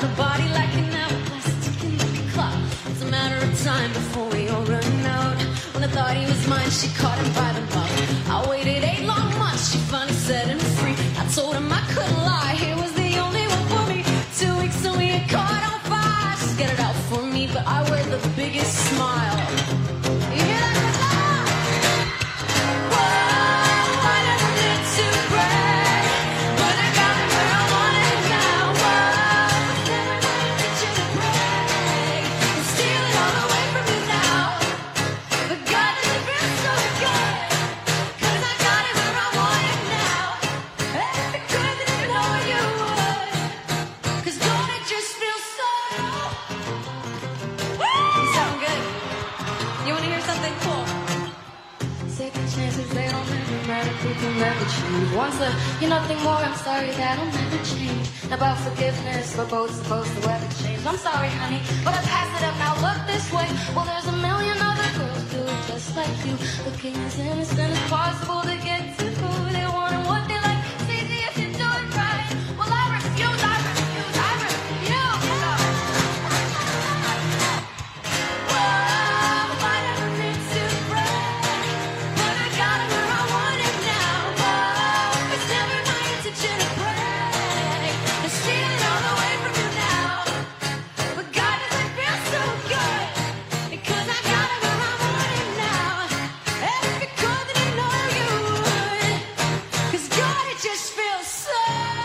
got a body like an hourglass ticking like a clock. It's a matter of time before we all run out. When I thought he was mine, she caught him by the mouth. I waited 8 long months, she finally set him free. I told him I couldn't lie, he was the only one for me. 2 weeks and we had caught on fire. She's get it out for me, but I wear the biggest smile. You hear that? Once you're nothing more, I'm sorry, that'll never change. About forgiveness, we're both supposed to weather change. I'm sorry, honey, but I pass it up now, look this way. Well, there's a million other girls do it just like you. Looking as innocent as possible to get to who they want and what they like. It's easy if you do it right. Well, I refuse, I refuse, I refuse. Whoa, I never meant to break, but I got it where I want it now. Whoa, it's never my intention to break, to steal it all away from you now. But God, does it feel so good, because I got it where I want it now. And if you could, then you know you would, 'cause God, it just feels so,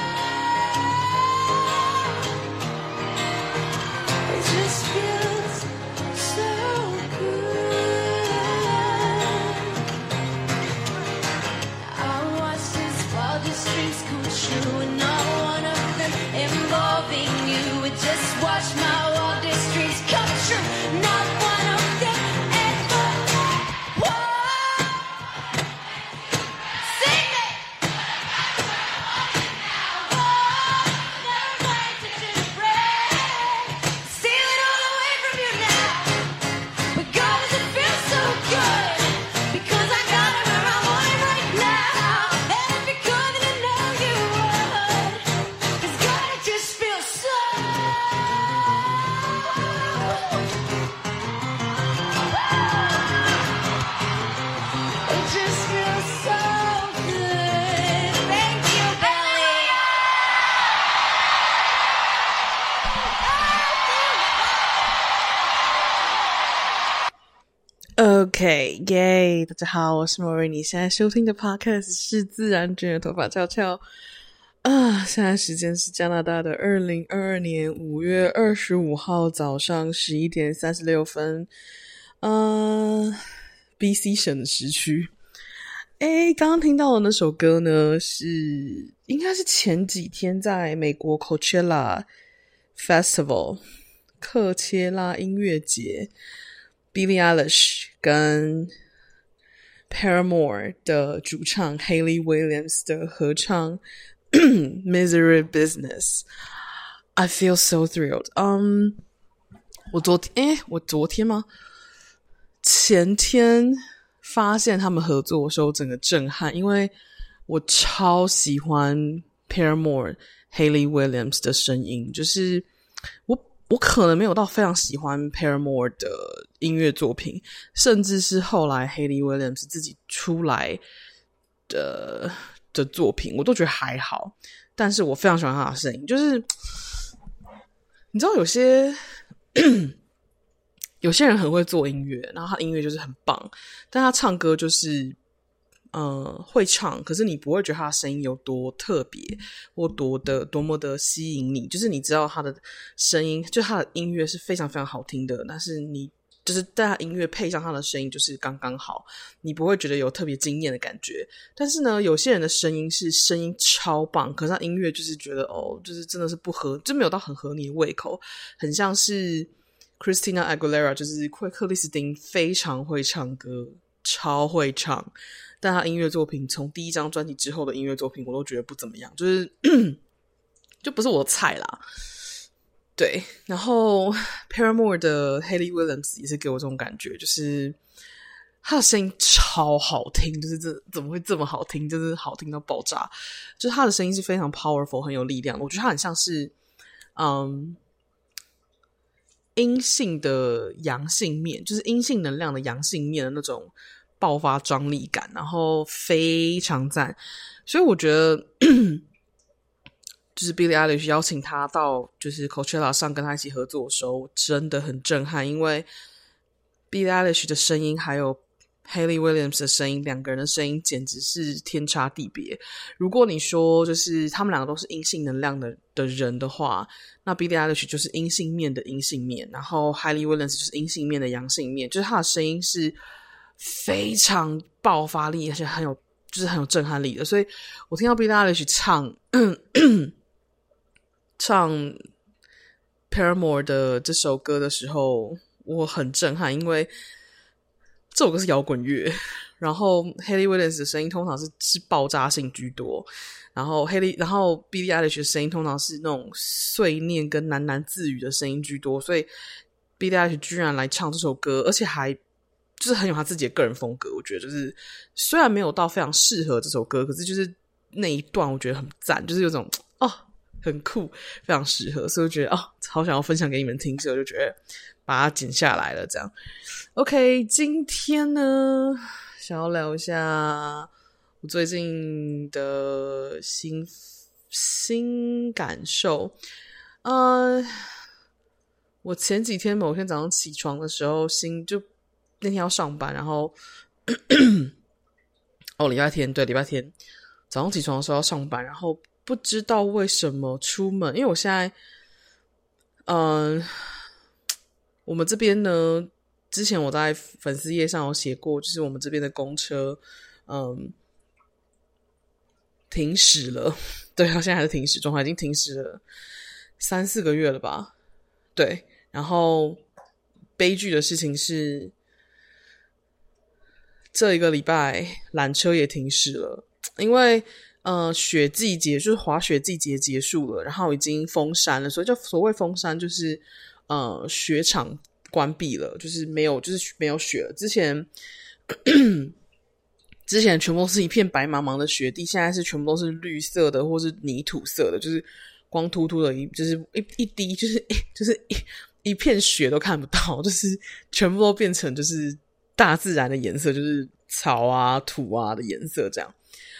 it just feels so good. I watched his wildest dreams come true, and not one of them involving you. It just watched my wildest dreams come true, not one of them ever. Whoa, sing it. Whoa, never mind to break, steal it all away from you now. But God, does it feel so good, because I got it where I want it right now. And if you could, then you know you would, 'cause God, it just feels so, it just feels so good. Thank you, Billy. OK， 耶！大家好，我是莫瑞。你现在收听的 Podcast 是自然卷的头发翘翘啊。现在时间是加拿大的2022年5月25号早上11点36分。BC 省的时区。刚刚听到的那首歌呢，应该是前几天在美国 Coachella Festival 克切拉音乐节 Billie Eilish 跟 Paramore 的主唱 Hayley Williams 的合唱Misery Business. I feel so thrilled. 我昨天吗？前天发现他们合作的时候整个震撼，因为我超喜欢 Paramore Hayley Williams 的声音，就是我可能没有到非常喜欢 Paramore 的音乐作品，甚至是后来 Hayley Williams 自己出来的作品我都觉得还好，但是我非常喜欢他的声音。就是你知道有些人很会做音乐，然后他的音乐就是很棒，但他唱歌就是会唱，可是你不会觉得他的声音有多特别或多么的吸引你，就是你知道他的声音，就他的音乐是非常非常好听的，但是你就是带他音乐配上他的声音就是刚刚好，你不会觉得有特别惊艳的感觉。但是呢，有些人的声音是声音超棒，可是他音乐就是觉得就是真的是就没有到很合你的胃口，很像是 Christina Aguilera， 就是克里斯汀非常会唱歌，超会唱，但他音乐作品从第一张专辑之后的音乐作品我都觉得不怎么样，就是就不是我的菜啦。对，然后 Paramore 的 Hayley Williams 也是给我这种感觉，就是他的声音超好听，就是怎么会这么好听，就是好听到爆炸，就是他的声音是非常 powerful 很有力量，我觉得他很像是阴性的阳性面，就是阴性能量的阳性面的那种爆发张力感，然后非常赞。所以我觉得就是 Billie Eilish 邀请他到就是 Coachella 上跟他一起合作的时候真的很震撼，因为 Billie Eilish 的声音还有 Hayley Williams 的声音，两个人的声音简直是天差地别。如果你说就是他们两个都是阴性能量的人的话，那 Billie Eilish 就是阴性面的阴性面，然后 Hayley Williams 就是阴性面的阳性面，就是他的声音是非常爆发力而且很有震撼力的。所以我听到 Billie Eilish 唱 Paramore 的这首歌的时候我很震撼，因为这首歌是摇滚乐，然后 Hayley Williams 的声音通常是爆炸性居多，然后 Billie Eilish 的声音通常是那种碎念跟喃喃自语的声音居多，所以 Billie Eilish 居然来唱这首歌，而且还就是很有他自己的个人风格。我觉得就是虽然没有到非常适合这首歌，可是就是那一段我觉得很赞，就是有种很酷，非常适合，所以我觉得好想要分享给你们听，所以我就觉得把它剪下来了这样。OK， 今天呢想要聊一下我最近的新感受。我前几天某天早上起床的时候就那天要上班，然后礼拜天早上起床的时候要上班，然后不知道为什么出门，因为我现在我们这边呢，之前我在粉丝页上有写过，就是我们这边的公车停驶了，对，现在还是停驶状态，已经停驶了3-4个月了吧。对，然后悲剧的事情是这一个礼拜缆车也停驶了，因为雪季节就是滑雪季节结束了，然后已经封山了，所以就所谓封山就是雪场关闭了，就是没有雪了。之前全部都是一片白茫茫的雪地，现在是全部都是绿色的或是泥土色的，就是光秃秃的就是一滴就是一片雪都看不到，就是全部都变成就是大自然的颜色，就是草啊土啊的颜色这样。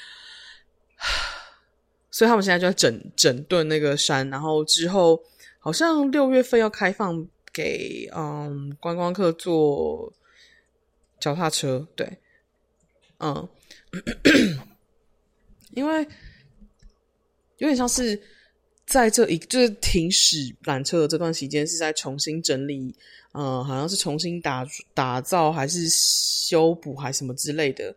所以他们现在就在整顿那个山，然后之后好像6月份要开放给观光客坐脚踏车，对，因为有点像是在就是停驶缆车的这段期间是在重新整理，好像是重新打造还是修补还是什么之类的，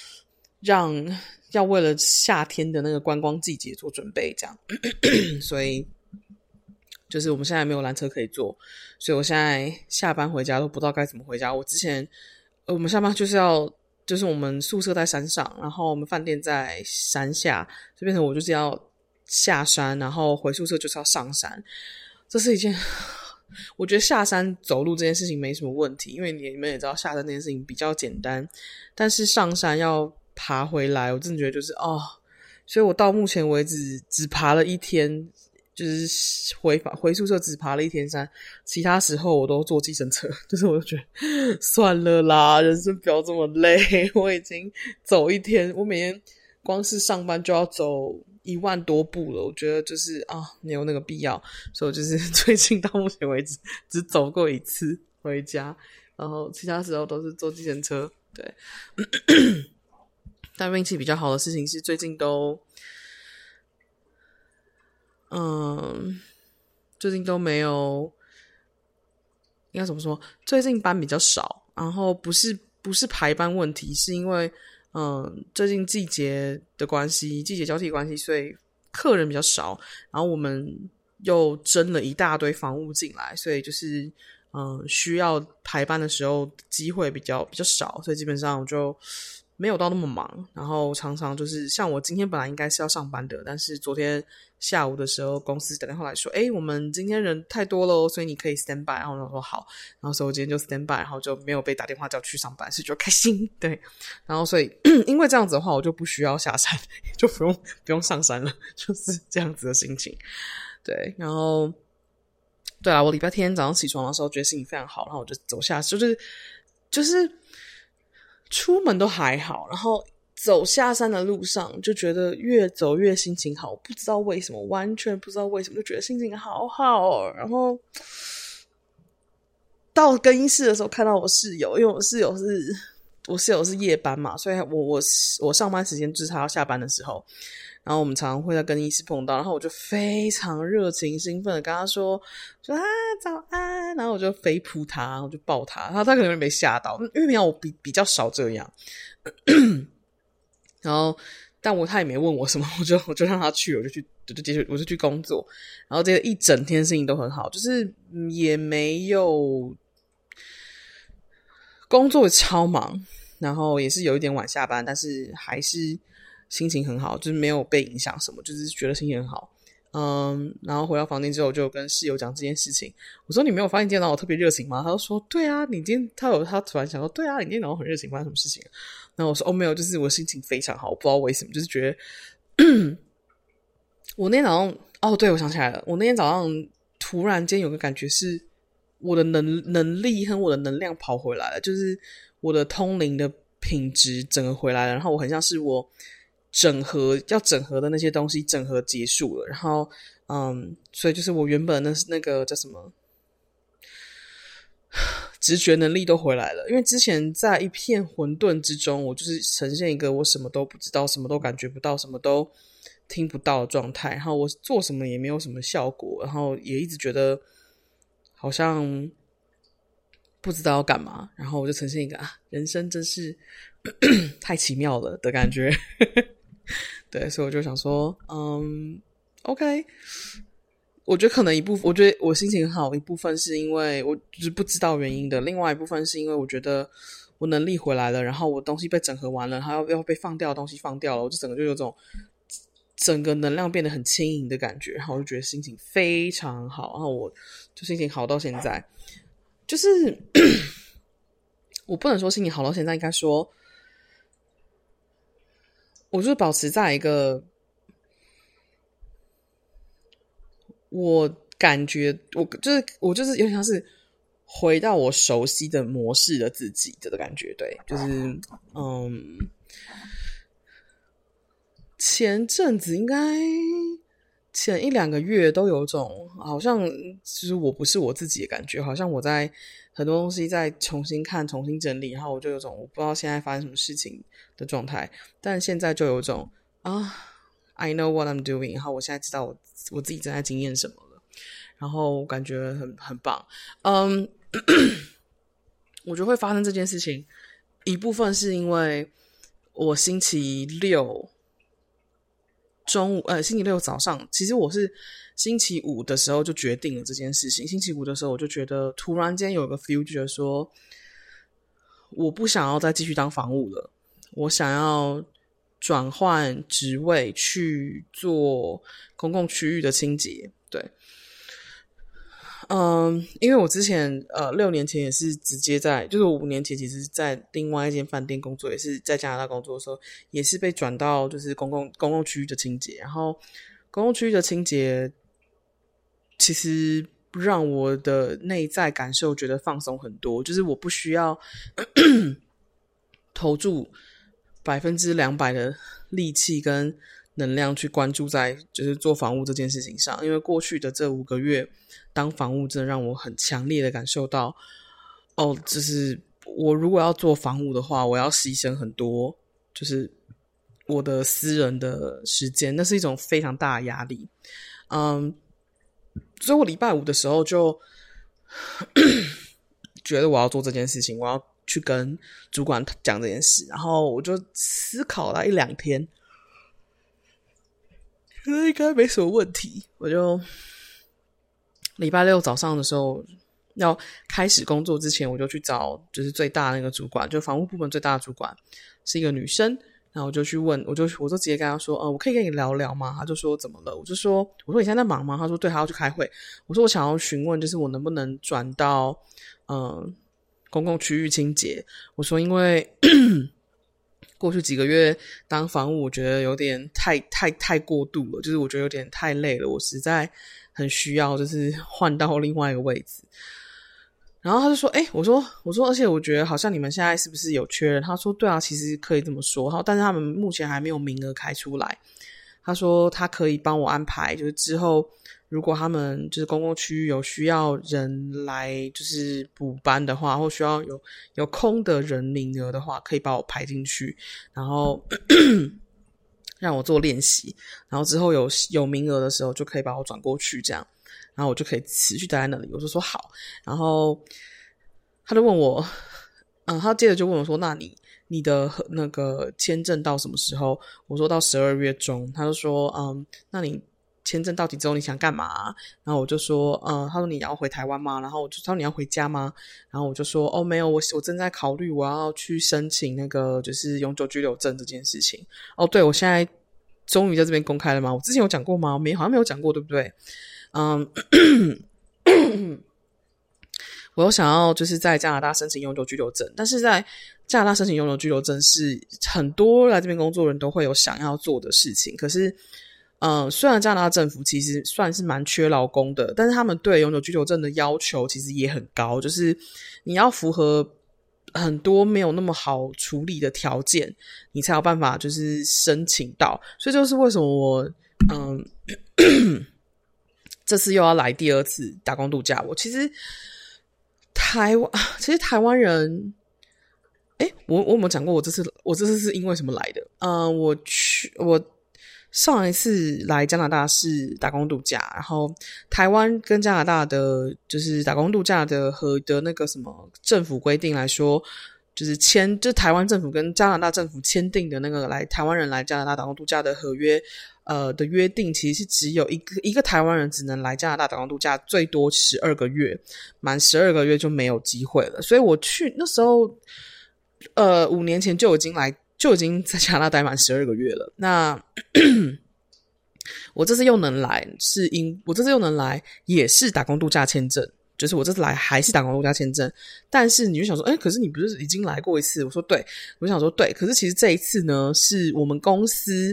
要为了夏天的那个观光季节做准备这样所以就是我们现在没有缆车可以坐，所以我现在下班回家都不知道该怎么回家。我们下班就是我们宿舍在山上，然后我们饭店在山下，就变成我就是要下山，然后回宿舍就是要上山。这是一件我觉得下山走路这件事情没什么问题，因为你们也知道下山这件事情比较简单，但是上山要爬回来我真的觉得就是所以我到目前为止只爬了1天，就是回宿舍只爬了1天山，其他时候我都坐计程车，就是我就觉得算了啦，人生不要这么累，我已经走1天，我每天光是上班就要走1万多步了，我觉得就是没有那个必要，所以我就是最近到目前为止只走过1次回家，然后其他时候都是坐计程车，对但运气比较好的事情是最近都没有，应该怎么说，最近班比较少，然后不是排班问题，是因为最近季节交替的关系，所以客人比较少，然后我们又增了一大堆房务进来，所以就是需要排班的时候机会比较少，所以基本上我就没有到那么忙，然后常常就是像我今天本来应该是要上班的，但是昨天下午的时候公司打电话来说我们今天人太多了，所以你可以 stand by， 然后我说好，然后所以我今天就 stand by， 然后就没有被打电话叫去上班，所以就开心，对，然后所以因为这样子的话我就不需要下山，就不用上山了，就是这样子的心情，对，然后对啊，我礼拜天早上起床的时候觉得心情非常好，然后我就走下，就是出门都还好，然后走下山的路上就觉得越走越心情好，不知道为什么，完全不知道为什么，就觉得心情好好哦。然后到更衣室的时候看到我室友，因为我室友是夜班嘛，所以我上班时间就是他要下班的时候，然后我们常常会在更衣室碰到，然后我就非常热情兴奋的跟他说啊早安，然后我就飞扑他，我就抱他，然后他可能没吓到，因为平常我比较少这样，然后但他也没问我什么，我就让他去，我就去工作，然后这一整天事情都很好，就是也没有工作超忙，然后也是有一点晚下班，但是还是心情很好，就是没有被影响什么，就是觉得心情很好。然后回到房间之后，我就跟室友讲这件事情。我说：“你没有发现今天早上我特别热情吗？”他就说：“对啊，你今天他突然想说，对啊，你今天早上很热情，发生什么事情？”然后我说：“哦，没有，就是我心情非常好，我不知道为什么，就是觉得我那天早上，哦，对，我想起来了，我那天早上突然间有个感觉是，我的能力和我的能量跑回来了，就是我的通灵的品质整个回来了，然后我很像是我要整合的那些东西整合结束了，然后所以就是我原本的那个叫什么直觉能力都回来了，因为之前在一片混沌之中，我就是呈现一个我什么都不知道，什么都感觉不到，什么都听不到的状态，然后我做什么也没有什么效果，然后也一直觉得好像不知道要干嘛，然后我就呈现一个人生真是太奇妙了的感觉对，所以我就想说OK， 我觉得可能我觉得我心情很好，一部分是因为我就是不知道原因的，另外一部分是因为我觉得我能力回来了，然后我东西被整合完了，然后要被放掉的东西放掉了，我就整个就有种整个能量变得很轻盈的感觉，然后我就觉得心情非常好，然后我就心情好到现在，就是我不能说心情好到现在，应该说我就是保持在一个我感觉我就是有点像是回到我熟悉的模式的自己的感觉，对，就是前阵子应该前1-2个月都有种好像就是我不是我自己的感觉，好像我在很多东西在重新看重新整理，然后我就有种我不知道现在发生什么事情的状态，但现在就有种I know what I'm doing， 然后我现在知道我自己正在经验什么了，然后感觉很棒。我觉得会发生这件事情，一部分是因为我星期六早上，其实我是星期五的时候就决定了这件事情。星期五的时候我就觉得突然间有个 feel， 就觉得说我不想要再继续当房务了，我想要转换职位去做公共区域的清洁，对。因为我之前6年前也是直接就是我5年前其实在另外一间饭店工作，也是在加拿大工作的时候，也是被转到就是公共区域的清洁，然后公共区域的清洁其实让我的内在感受觉得放松很多，就是我不需要投注200%的力气跟能量去关注在就是做房务这件事情上，因为过去的这5个月当房务真的让我很强烈的感受到就是我如果要做房务的话，我要牺牲很多就是我的私人的时间，那是一种非常大的压力。所以我礼拜五的时候就觉得我要做这件事情，我要去跟主管讲这件事，然后我就思考了1-2天，觉得应该没什么问题，我就礼拜六早上的时候要开始工作之前，我就去找就是最大的那个主管，就房务部门最大的主管是一个女生，然后我就去问，我就直接跟他说我可以跟你聊聊吗？他就说怎么了？我说你现在在忙吗？他说对，他要去开会。我说我想要询问就是我能不能转到公共区域清洁。我说因为过去几个月当房务我觉得有点太过度了，就是我觉得有点太累了，我实在很需要就是换到另外一个位置。然后他就说我说而且我觉得好像你们现在是不是有缺人？他说对啊，其实可以这么说，但是他们目前还没有名额开出来。他说他可以帮我安排，就是之后如果他们就是公共区域有需要人来就是补班的话，或需要有空的人名额的话，可以把我排进去，然后让我做练习，然后之后有名额的时候就可以把我转过去这样。然后我就可以持续待在那里，我就说好。然后他就问我，他接着就问我说，那你的那个签证到什么时候？我说到12月中。他就说，那你签证到期之后你想干嘛？然后我就说，他说你要回台湾吗？然后他说你要回家吗？然后我就说，没有，我正在考虑我要去申请那个就是永久居留证这件事情。对，我现在终于在这边公开了吗？我之前有讲过吗？好像没有讲过，对不对？我有想要就是在加拿大申请永久居留证，但是在加拿大申请永久居留证是很多来这边工作人都会有想要做的事情。可是虽然加拿大政府其实算是蛮缺劳工的，但是他们对永久居留证的要求其实也很高，就是你要符合很多没有那么好处理的条件，你才有办法就是申请到。所以就是为什么我这次又要来第二次打工度假。其实台湾人我有没有讲过我这次是因为什么来的？我上一次来加拿大是打工度假，然后台湾跟加拿大的就是打工度假的的那个什么政府规定来说，就是台湾政府跟加拿大政府签订的那个台湾人来加拿大打工度假的合约的约定，其实是只有一个台湾人只能来加拿大打工度假最多12个月，满12个月就没有机会了。所以我去那时候5年前就已经在加拿大待满12个月了。那我这次又能来也是打工度假签证，就是我这次来还是打工度假签证。但是你就想说可是你不是已经来过一次？我说对，我想说对，可是其实这一次呢是我们公司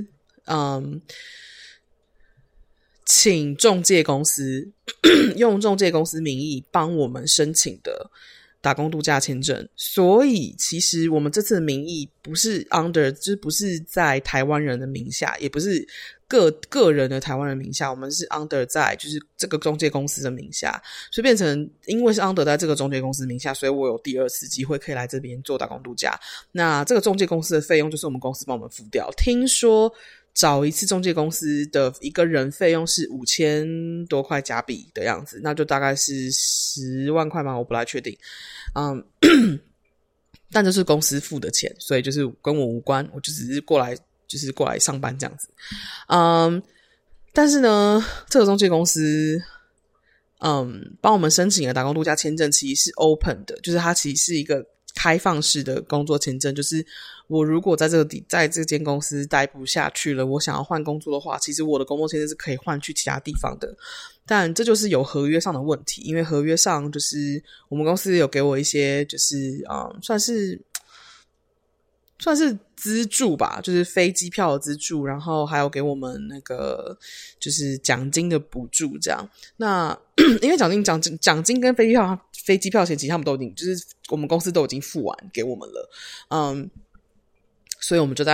请中介公司用中介公司名义帮我们申请的打工度假签证。所以其实我们这次的名义不是 under， 就是不是在台湾人的名下，也不是个人的台湾人名下，我们是 under 在就是这个中介公司的名下。所以变成因为是 under 在这个中介公司名下，所以我有第二次机会可以来这边做打工度假。那这个中介公司的费用就是我们公司帮我们付掉，听说找一次中介公司的一个人费用是5000多块加币的样子，那就大概是10万块吗？我不太确定。但这是公司付的钱，所以就是跟我无关，我就只是过来上班这样子。但是呢，这个中介公司帮我们申请的打工度假签证其实是 open 的，就是它其实是一个开放式的工作签证，就是我如果在这间公司待不下去了，我想要换工作的话，其实我的工作签证是可以换去其他地方的。但这就是有合约上的问题，因为合约上就是我们公司有给我一些就是算是资助吧，就是飞机票的资助，然后还有给我们那个就是奖金的补助这样。那因为奖金跟飞机票钱其实他们都已经就是我们公司都已经付完给我们了。所以我们就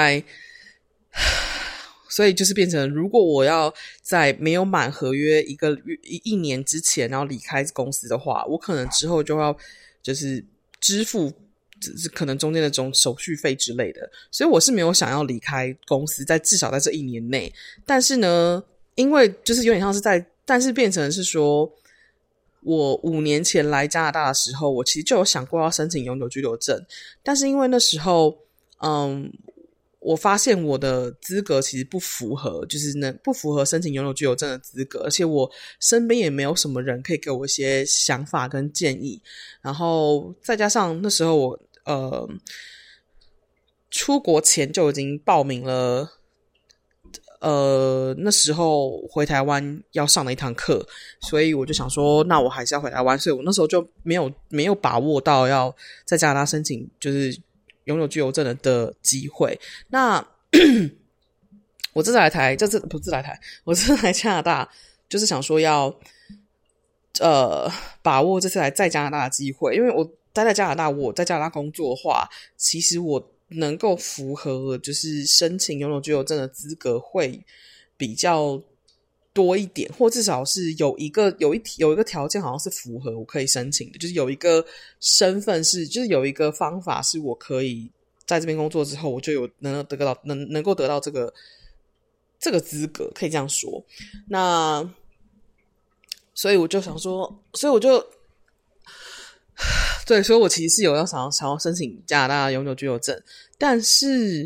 所以就是变成如果我要在没有满合约一年之前然后离开公司的话，我可能之后就要就是支付可能中间的手续费之类的。所以我是没有想要离开公司至少在这1年内。但是呢，因为就是有点像是但是变成是说我5年前来加拿大的时候，我其实就有想过要申请永久居留证，但是因为那时候我发现我的资格其实不符合，就是不符合申请永久居留证的资格，而且我身边也没有什么人可以给我一些想法跟建议。然后再加上那时候我出国前就已经报名了那时候回台湾要上的一堂课，所以我就想说那我还是要回台湾，所以我那时候就没有把握到要在加拿大申请就是永久居留证的机会。那我这次来加拿大就是想说要把握这次来在加拿大的机会，因为我待在加拿大，我在加拿大工作的话，其实我能够符合就是申请永久居留证的资格会比较多一点，或至少是有一个条件好像是符合我可以申请的，就是有一个身份是，就是有一个方法是我可以在这边工作之后，我就有能够得到这个资格，可以这样说。那所以我就想说，所以我其实是有想要申请加拿大永久居留证，但是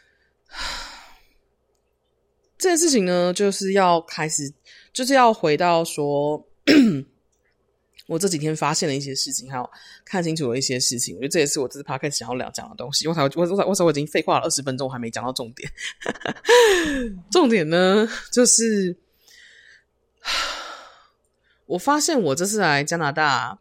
这件事情呢，就是要回到说我这几天发现了一些事情，还有看清楚了一些事情，我觉得这也是我这次 podcast 想要讲的东西。我已经废话了20分钟，我还没讲到重点。重点呢，就是我发现我这次来加拿大，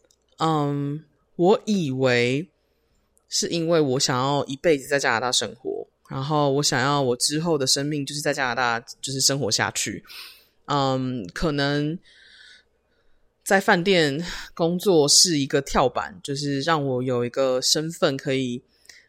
我以为是因为我想要一辈子在加拿大生活，然后我想要我之后的生命就是在加拿大就是生活下去，可能在饭店工作是一个跳板，就是让我有一个身份可以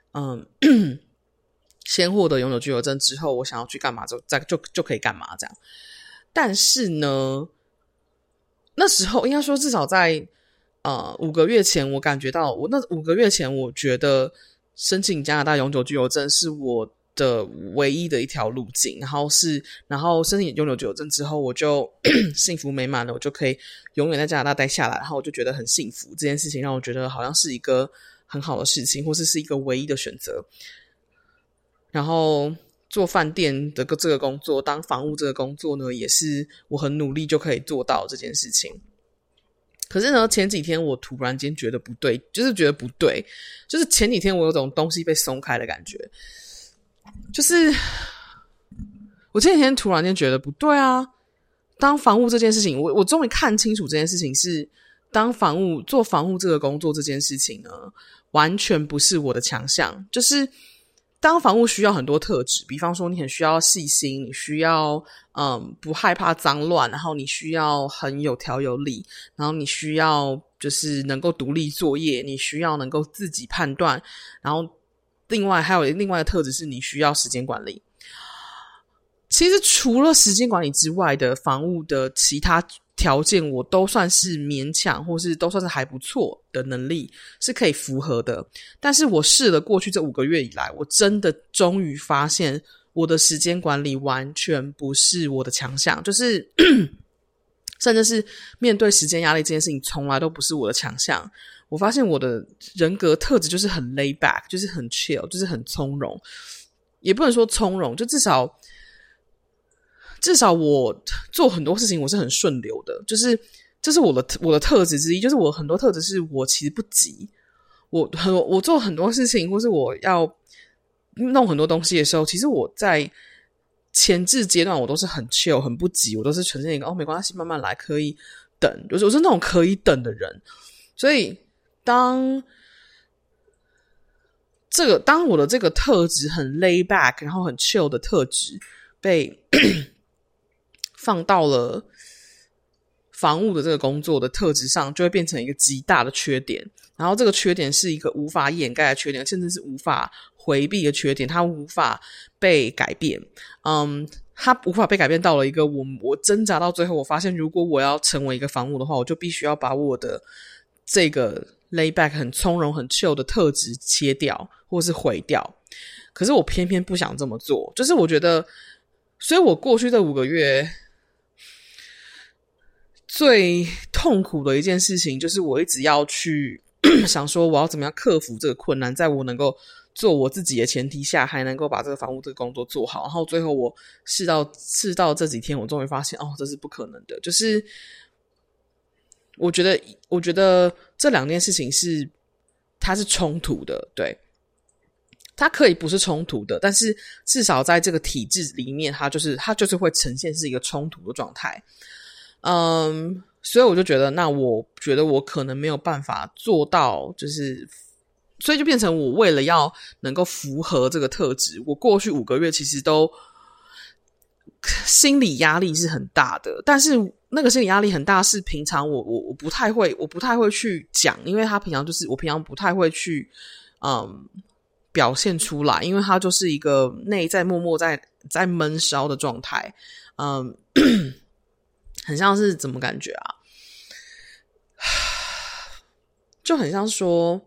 先获得永久居留证之后，我想要去干嘛就可以干嘛这样。但是呢，那时候应该说至少在5个月前，我感觉到那5个月前我觉得申请加拿大永久居留证是我的唯一的一条路径，然后申请永久居留证之后，我就幸福美满了，我就可以永远在加拿大待下来，然后我就觉得很幸福。这件事情让我觉得好像是一个很好的事情，或是一个唯一的选择。然后做饭店的这个工作，当房务这个工作呢，也是我很努力就可以做到这件事情。可是呢，前几天我突然间觉得不对，就是前几天我有种东西被松开的感觉，就是我前几天突然间觉得不对啊，当房务这件事情，我终于看清楚这件事情是，做房务这个工作这件事情呢，完全不是我的强项。就是当房务需要很多特质，比方说你很需要细心，你需要不害怕脏乱，然后你需要很有条有理，然后你需要就是能够独立作业，你需要能够自己判断，然后还有另外的特质是你需要时间管理。其实除了时间管理之外的房务的其他条件，我都算是勉强，或是都算是还不错的能力，是可以符合的。但是我试了过去这5个月以来，我真的终于发现我的时间管理完全不是我的强项，就是甚至是面对时间压力这件事情从来都不是我的强项。我发现我的人格特质就是很 lay back， 就是很 chill， 就是很从容，也不能说从容，就至少我做很多事情我是很顺流的，就是这是我的特质之一，就是我很多特质是我其实不急，我做很多事情或是我要弄很多东西的时候，其实我在前置阶段我都是很 chill 很不急，我都是呈现一个没关系慢慢来，可以等，就是我是那种可以等的人。所以当我的这个特质很 lay back 然后很 chill 的特质被放到了房务的这个工作的特质上，就会变成一个极大的缺点。然后这个缺点是一个无法掩盖的缺点，甚至是无法回避的缺点，它无法被改变。它无法被改变到了一个我挣扎到最后，我发现如果我要成为一个房务的话，我就必须要把我的这个 lay back 很从容很 chill 的特质切掉或是毁掉。可是我偏偏不想这么做，就是我觉得，所以我过去这5个月最痛苦的一件事情就是我一直要去想说我要怎么样克服这个困难，在我能够做我自己的前提下还能够把这个房屋这个工作做好。然后最后我试到这几天，我终于发现这是不可能的。就是我觉得这2件事情它是冲突的，对，它可以不是冲突的，但是至少在这个体制里面它就是会呈现是一个冲突的状态。所以我就觉得，那我觉得我可能没有办法做到，就是所以就变成我为了要能够符合这个特质，我过去5个月其实都心理压力是很大的，但是那个心理压力很大是平常我不太会去讲，因为他平常就是我平常不太会去表现出来，因为它就是一个内在默默在闷烧的状态，很像是怎么感觉啊？就很像说，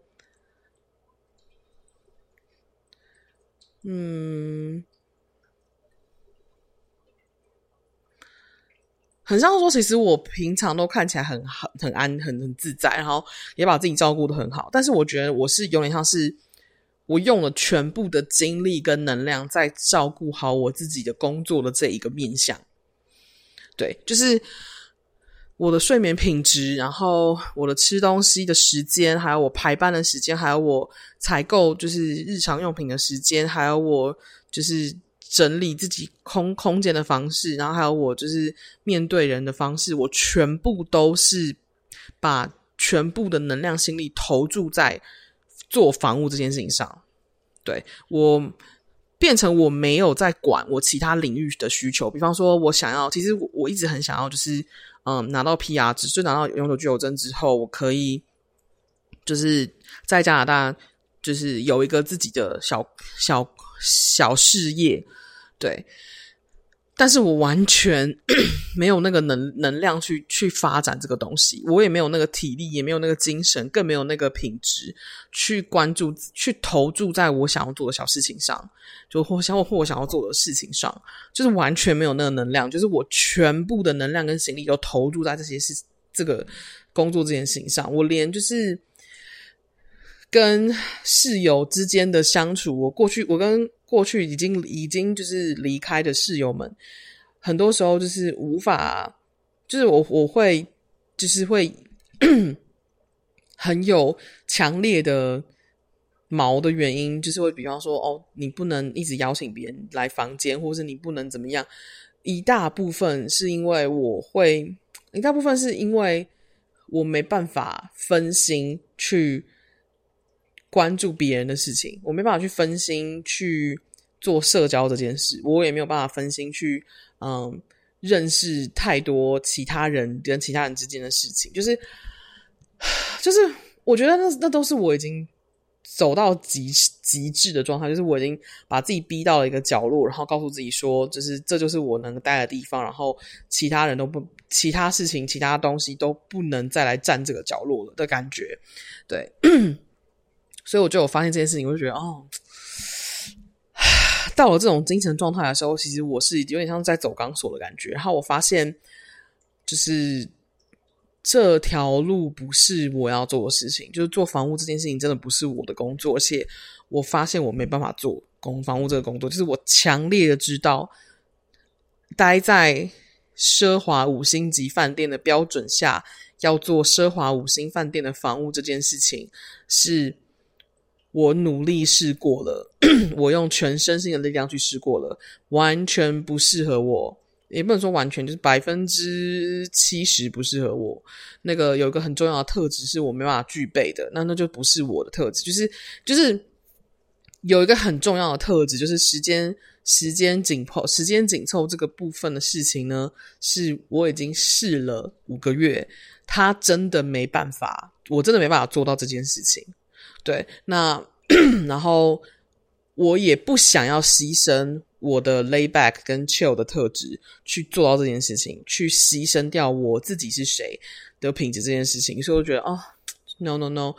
很像说，其实我平常都看起来很自在，然后也把自己照顾得很好，但是我觉得我是有点像是我用了全部的精力跟能量在照顾好我自己的工作的这一个面向。对，就是我的睡眠品质，然后我的吃东西的时间，还有我排班的时间，还有我采购就是日常用品的时间，还有我就是整理自己空间的方式，然后还有我就是面对人的方式，我全部都是把全部的能量心力投注在做房屋这件事情上。对，我变成我没有在管我其他领域的需求，比方说我想要，其实我一直很想要就是拿到 PR 值，就拿到永久居留证之后，我可以就是在加拿大就是有一个自己的小事业。对，但是我完全没有那个能量去发展这个东西，我也没有那个体力，也没有那个精神，更没有那个品质去关注、去投注在我想要做的小事情上，就或我想要做的事情上，就是完全没有那个能量，就是我全部的能量跟心力都投注在这个工作这件事情上，我连就是跟室友之间的相处，我跟过去已经就是离开的室友们，很多时候就是无法，就是我会就是会很有强烈的毛的原因，就是会比方说你不能一直邀请别人来房间，或是你不能怎么样。一大部分是因为我没办法分心去关注别人的事情，我没办法去分心去做社交这件事，我也没有办法分心去认识太多其他人跟其他人之间的事情，就是我觉得那都是我已经走到极致的状态，就是我已经把自己逼到了一个角落，然后告诉自己说，就是这就是我能待的地方，然后其他事情其他东西都不能再来占这个角落了的感觉。对所以我就有发现这件事情，我就觉得到了这种精神状态的时候，其实我是有点像在走钢索的感觉。然后我发现就是这条路不是我要做的事情，就是做房屋这件事情真的不是我的工作，而且我发现我没办法做房屋这个工作，就是我强烈的知道待在奢华5星级饭店的标准下要做奢华5星饭店的房屋这件事情是我努力试过了我用全身心的力量去试过了，完全不适合我，也不能说完全，就是70%不适合我。那个有一个很重要的特质是我没办法具备的，那就不是我的特质。就是有一个很重要的特质，就是时间紧凑这个部分的事情呢，是我已经试了5个月，他真的没办法，我真的没办法做到这件事情。对，那然后我也不想要牺牲我的 lay back 跟 chill 的特质去做到这件事情，去牺牲掉我自己是谁的品质这件事情，所以我觉得no，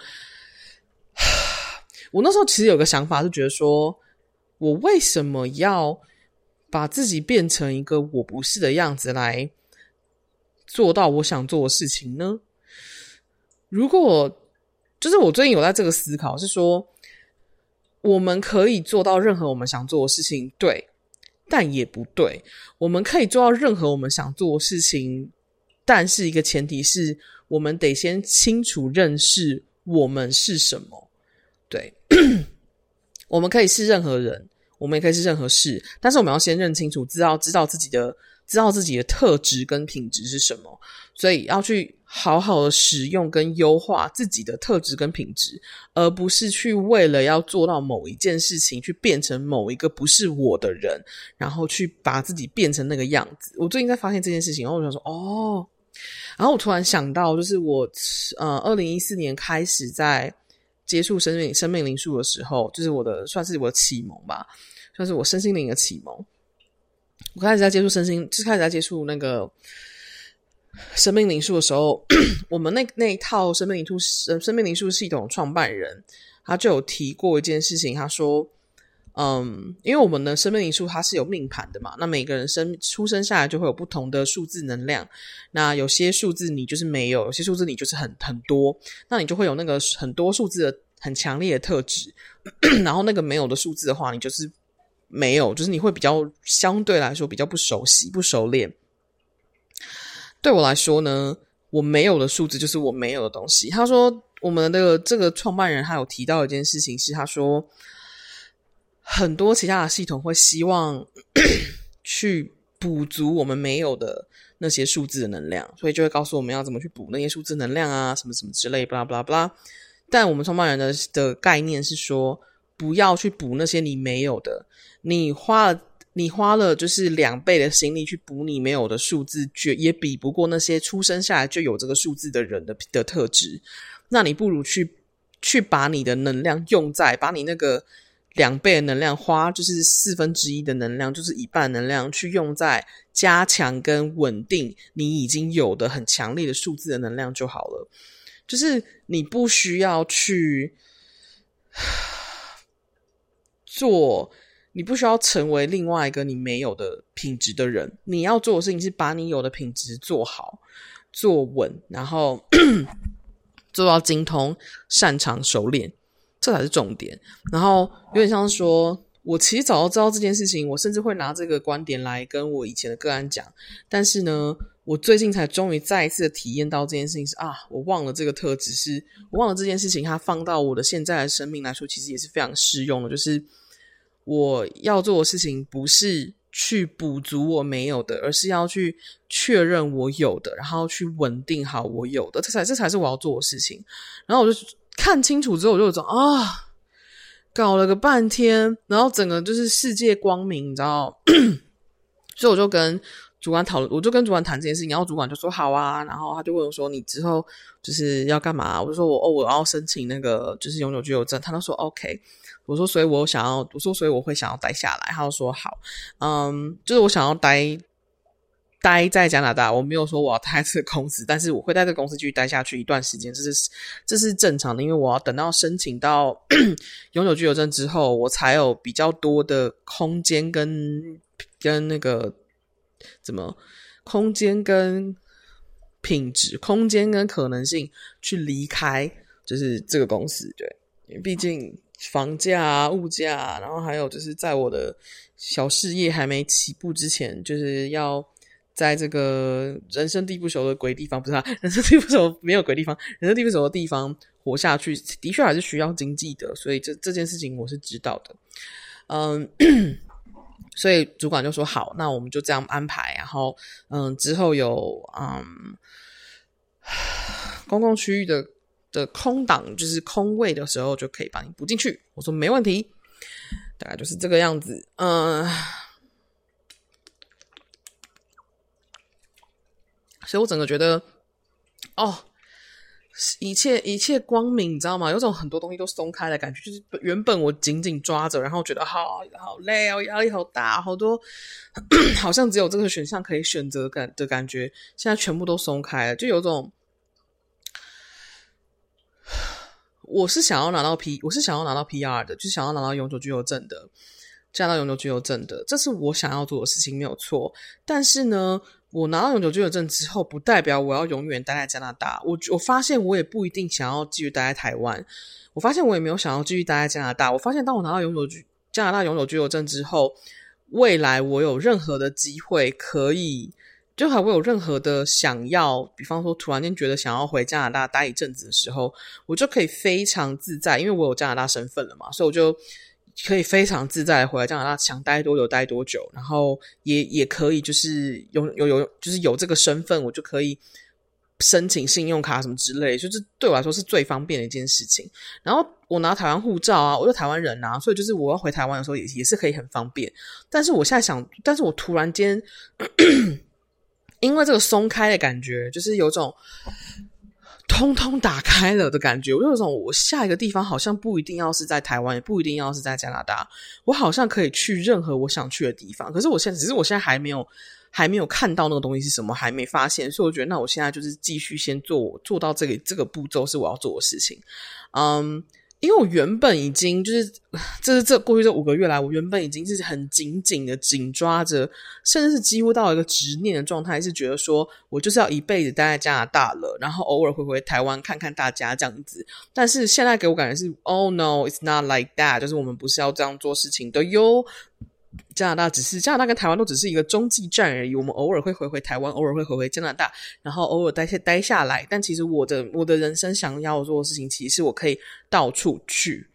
我那时候其实有个想法是觉得说，我为什么要把自己变成一个我不是的样子来做到我想做的事情呢？如果就是我最近有在这个思考，是说我们可以做到任何我们想做的事情，对，但也不对。我们可以做到任何我们想做的事情，但是一个前提是我们得先清楚认识我们是什么。对我们可以是任何人，我们也可以是任何事，但是我们要先认清楚，知道自己的知道自己的特质跟品质是什么，所以要去好好的使用跟优化自己的特质跟品质，而不是去为了要做到某一件事情去变成某一个不是我的人，然后去把自己变成那个样子。我最近在发现这件事情，然后我就说然后我突然想到，就是我2014年开始在接触生命灵数的时候，就是算是我的启蒙吧，算是我身心灵的启蒙。我开始在接触那个生命灵数的时候，我们那一套生命灵数系统创办人他就有提过一件事情，他说因为我们的生命灵数它是有命盘的嘛，那每个人出生下来就会有不同的数字能量，那有些数字你就是没有，有些数字你就是很多，那你就会有那个很多数字的很强烈的特质然后那个没有的数字的话，你就是没有，就是你会比较相对来说比较不熟悉不熟练。对我来说呢，我没有的数字就是我没有的东西。他说我们的这个创办人他有提到一件事情，是他说很多其他的系统会希望去补足我们没有的那些数字的能量，所以就会告诉我们要怎么去补那些数字能量啊，什么什么之类 blah blah blah。 但我们创办人的概念是说，不要去补那些你没有的，你花了就是2倍的心力去补你没有的数字，也比不过那些出生下来就有这个数字的人的特质。那你不如去把你的能量用在，把你那个2倍的能量花，就是1/4的能量，就是1半能量去用在加强跟稳定你已经有的很强烈的数字的能量就好了。就是你不需要去你不需要成为另外一个你没有的品质的人，你要做的事情是把你有的品质做好做稳，然后做到精通擅长熟练，这才是重点。然后有点像是说，我其实早就知道这件事情，我甚至会拿这个观点来跟我以前的个案讲，但是呢我最近才终于再一次的体验到这件事情是我忘了这个特质，是我忘了这件事情它放到我的现在的生命来说其实也是非常适用的，就是我要做的事情不是去补足我没有的，而是要去确认我有的，然后去稳定好我有的，这才是我要做的事情。然后我就看清楚之后，我就有种搞了个半天，然后整个就是世界光明，你知道所以我就跟主管谈这件事情，然后主管就说好啊，然后他就问我说你之后就是要干嘛，我就说我要申请那个就是永久居留证，他就说 OK， 我说所以我会想要待下来，他就说好，就是我想要待在加拿大，我没有说我要待在这个公司，但是我会在这个公司继续待下去一段时间，这是正常的，因为我要等到申请到永久居留证之后，我才有比较多的空间跟那个空间跟品质，空间跟可能性去离开就是这个公司。对，因为毕竟房价物价然后还有就是在我的小事业还没起步之前，就是要在这个人生地不熟的鬼地方，不是人生地不熟没有鬼地方，人生地不熟的地方活下去的确还是需要经济的，所以这件事情我是知道的。所以主管就说好，那我们就这样安排，然后之后有公共区域的空档就是空位的时候就可以把你补进去。我说没问题，大概就是这个样子。所以我整个觉得一切光明，你知道吗？有种很多东西都松开的感觉，就是原本我紧紧抓着，然后觉得好累压力好大，好多好像只有这个选项可以选择的感觉，现在全部都松开了，就有种我是想要拿到 PR 的，就是想要拿到永久居留证的，加拿大永久居留证的，这是我想要做的事情没有错。但是呢我拿到永久居留证之后，不代表我要永远待在加拿大。我发现我也不一定想要继续待在台湾，我发现我也没有想要继续待在加拿大。我发现当我拿到加拿大永久居留证之后，未来我有任何的机会可以，就还我有任何的想要，比方说突然间觉得想要回加拿大待一阵子的时候，我就可以非常自在，因为我有加拿大身份了嘛，所以我就可以非常自在的回来加拿大，想待多久待多久，然后也可以就是就是有这个身份，我就可以申请信用卡什么之类，就是对我来说是最方便的一件事情。然后我拿台湾护照啊，我就台湾人啊，所以就是我要回台湾的时候也是可以很方便。但是我现在想，但是我突然间因为这个松开的感觉，就是有种通通打开了的感觉，我就有种我下一个地方好像不一定要是在台湾，也不一定要是在加拿大，我好像可以去任何我想去的地方。可是只是我现在还没有看到那个东西是什么，还没发现，所以我觉得那我现在就是继续先做到这个步骤是我要做的事情。因为我原本已经就是过去这5个月来，我原本已经是很紧紧的紧抓着，甚至是几乎到一个执念的状态，是觉得说我就是要一辈子待在加拿大了，然后偶尔回台湾看看大家这样子。但是现在给我感觉是 Oh no, it's not like that， 就是我们不是要这样做事情的哟。加拿大跟台湾都只是一个中继站而已，我们偶尔会回台湾，偶尔会回加拿大，然后偶尔待下来。但其实我的人生想要做的事情，其实是我可以到处去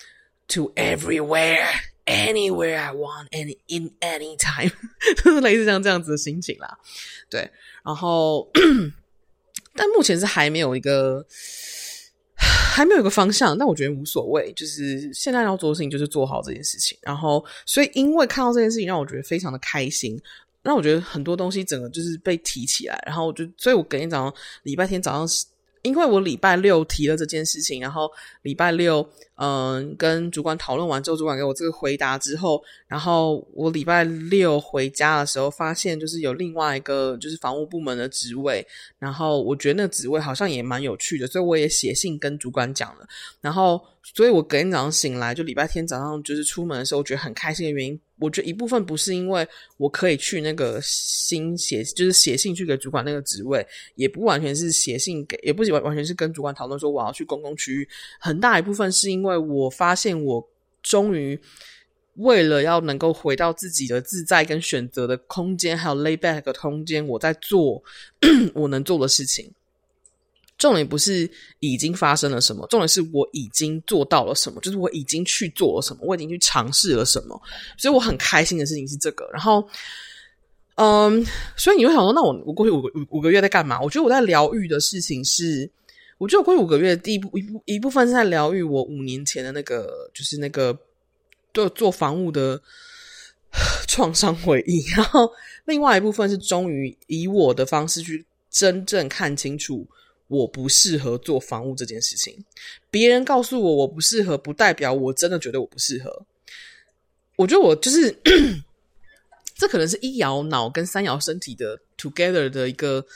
to everywhere anywhere I want and in any time 类似像这样子的心情啦。对，然后但目前是还没有一个方向，但我觉得无所谓，就是现在要做的事情就是做好这件事情。然后所以因为看到这件事情让我觉得非常的开心，让我觉得很多东西整个就是被提起来，然后所以我隔天早上礼拜天早上，因为我礼拜六提了这件事情，然后礼拜六跟主管讨论完之后，主管给我这个回答之后，然后我礼拜六回家的时候发现就是有另外一个就是房务部门的职位，然后我觉得那个职位好像也蛮有趣的，所以我也写信跟主管讲了。然后所以我隔天早上醒来，就礼拜天早上就是出门的时候，我觉得很开心的原因，我觉得一部分不是因为我可以去那个就是写信去给主管那个职位，也不完全是写信给，也不完全是跟主管讨论说我要去公共区域，很大一部分是因为我发现我终于为了要能够回到自己的自在跟选择的空间，还有 lay back 的空间，我在做我能做的事情。重点不是已经发生了什么，重点是我已经做到了什么，就是我已经去做了什么，我已经去尝试了什么，所以我很开心的事情是这个。然后所以你会想说那我过去五个月在干嘛？我觉得我在疗愈的事情是，我觉得我过去5个月的一部分是在疗愈我5年前的那个就是那个做房务的创伤回忆，然后另外一部分是终于以我的方式去真正看清楚我不适合做房务这件事情。别人告诉我不适合，不代表我真的觉得我不适合。我觉得我就是这可能是1爻脑跟3爻身体的 together 的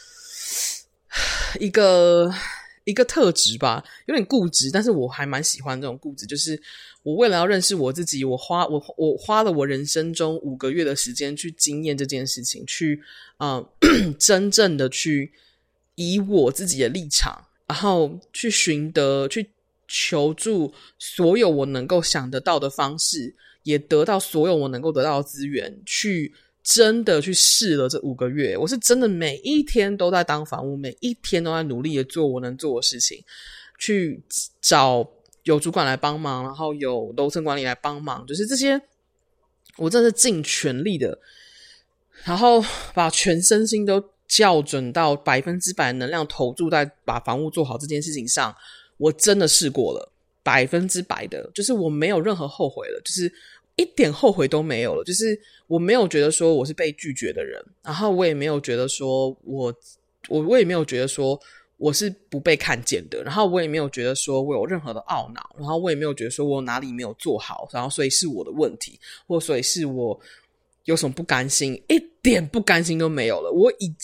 一个特质吧，有点固执，但是我还蛮喜欢这种固执。就是我为了要认识我自己，我花了我人生中5个月的时间去经验这件事情，去真正的去以我自己的立场，然后去去求助所有我能够想得到的方式，也得到所有我能够得到的资源，去真的去试了这5个月。我是真的每一天都在当房务，每一天都在努力的做我能做的事情，去找有主管来帮忙，然后有楼层管理来帮忙，就是这些我真的是尽全力的，然后把全身心都校准到100%的能量投注在把房屋做好这件事情上。我真的试过了100%的，就是我没有任何后悔了，就是一点后悔都没有了。就是我没有觉得说我是被拒绝的人，然后我也没有觉得说我也没有觉得说我是不被看见的，然后我也没有觉得说我有任何的懊恼，然后我也没有觉得说我哪里没有做好，然后所以是我的问题，或所以是我有什么不甘心，一点不甘心都没有了。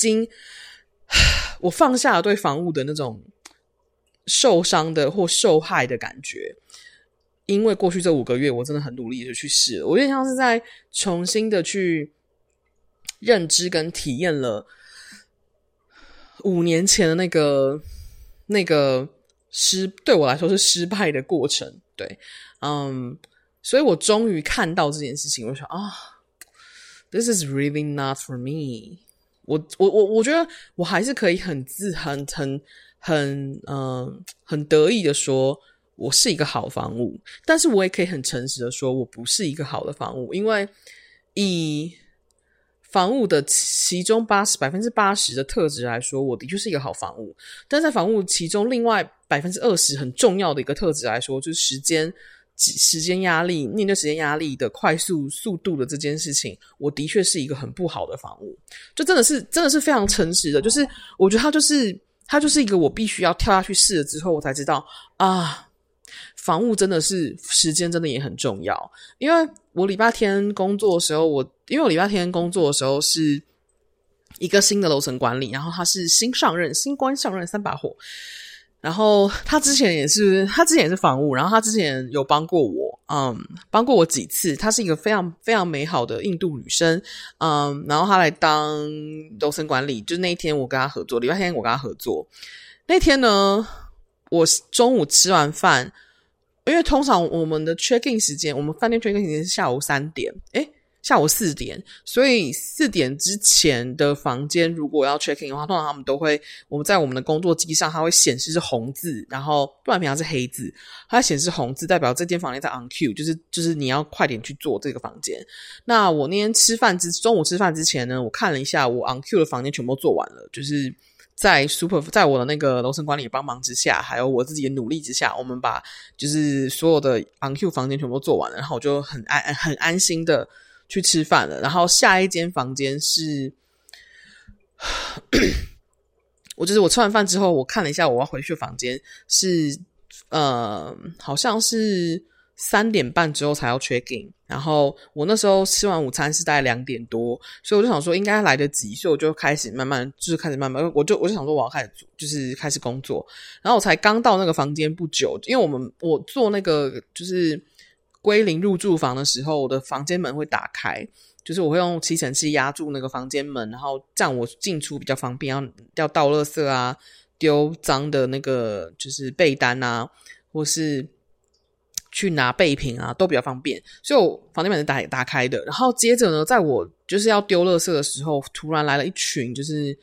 我放下了对房屋的那种受伤的或受害的感觉，因为过去这5个月我真的很努力的去试了，我有点像是在重新的去认知跟体验了5年前的那个对我来说是失败的过程。对，所以我终于看到这件事情，我想this is really not for me。我觉得我还是可以很得意的说， 我是一个好房屋，但是我也可以很诚实的说我不是一个好的房屋，因为以房屋的其中80%的特质来说，我的确是一个好房屋，但在房屋其中另外20%很重要的一个特质来说，就是时间压力，面对时间压力的速度的这件事情，我的确是一个很不好的房屋，就真的是非常诚实的，就是我觉得它就是一个我必须要跳下去试了之后，我才知道啊，房务真的是时间真的也很重要。因为我礼拜天工作的时候，是一个新的楼层管理，然后他是新官上任3把火。然后他之前也是房务，然后他之前有帮过我几次。她是一个非常非常美好的印度女生，然后她来当楼层管理，就是那一天我跟她合作，礼拜天我跟她合作。那天呢，我中午吃完饭，因为通常我们的 check-in 时间，我们饭店 check-in 时间是下午3点，下午4点，所以4点之前的房间如果要 check in 的话，通常他们都会，我们在我们的工作机上它会显示是红字，然后不然平常是黑字，它显示红字代表这间房间在 on queue， 就是你要快点去做这个房间。那我那天中午吃饭之前呢，我看了一下我 on queue 的房间全部都做完了，就是在我的那个楼层管理帮忙之下，还有我自己的努力之下，我们把就是所有的 on queue 房间全部都做完了，然后我就很安心的去吃饭了。然后下一间房间是我吃完饭之后，我看了一下我要回去的房间是好像是3点半之后才要 check in， 然后我那时候吃完午餐是大概2点多，所以我就想说应该来得及，所以我就开始慢慢我就想说我要开始工作。然后我才刚到那个房间不久，因为我做那个就是归零入住房的时候，我的房间门会打开，就是我会用吸尘器压住那个房间门，然后这样我进出比较方便，要倒垃圾啊，丢脏的那个就是被单啊，或是去拿备品啊，都比较方便，所以我房间门是打开的。然后接着呢，在我就是要丢垃圾的时候，突然来了一群就是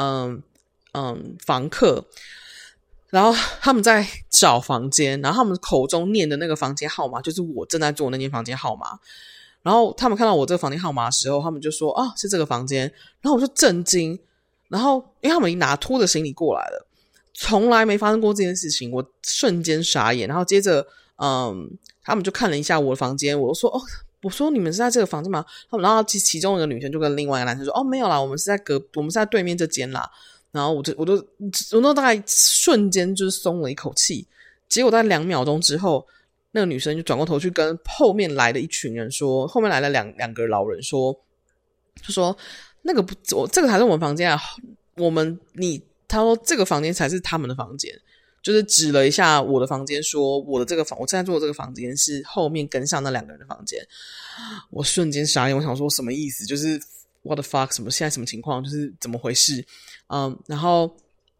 房客，然后他们在找房间，然后他们口中念的那个房间号码就是我正在做那间房间号码。然后他们看到我这个房间号码的时候，他们就说啊，是这个房间。然后我就震惊，然后因为他们已经拖着行李过来了，从来没发生过这件事情，我瞬间傻眼。然后接着他们就看了一下我的房间，我说你们是在这个房间吗？然后其中一个女生就跟另外一个男生说，没有啦，我们是在对面这间啦。然后我都大概瞬間就是松了一口气。结果在2秒钟之后，那个女生就转过头去跟后面来的一群人说，后面来了两个老人说，就说那个这个才是我们房间啊，他说这个房间才是他们的房间，就是指了一下我的房间，说我正在做的这个房间是后面跟上那2个人的房间。我瞬间傻眼，我想说什么意思，就是 what the fuck， 现在什么情况，就是怎么回事。然后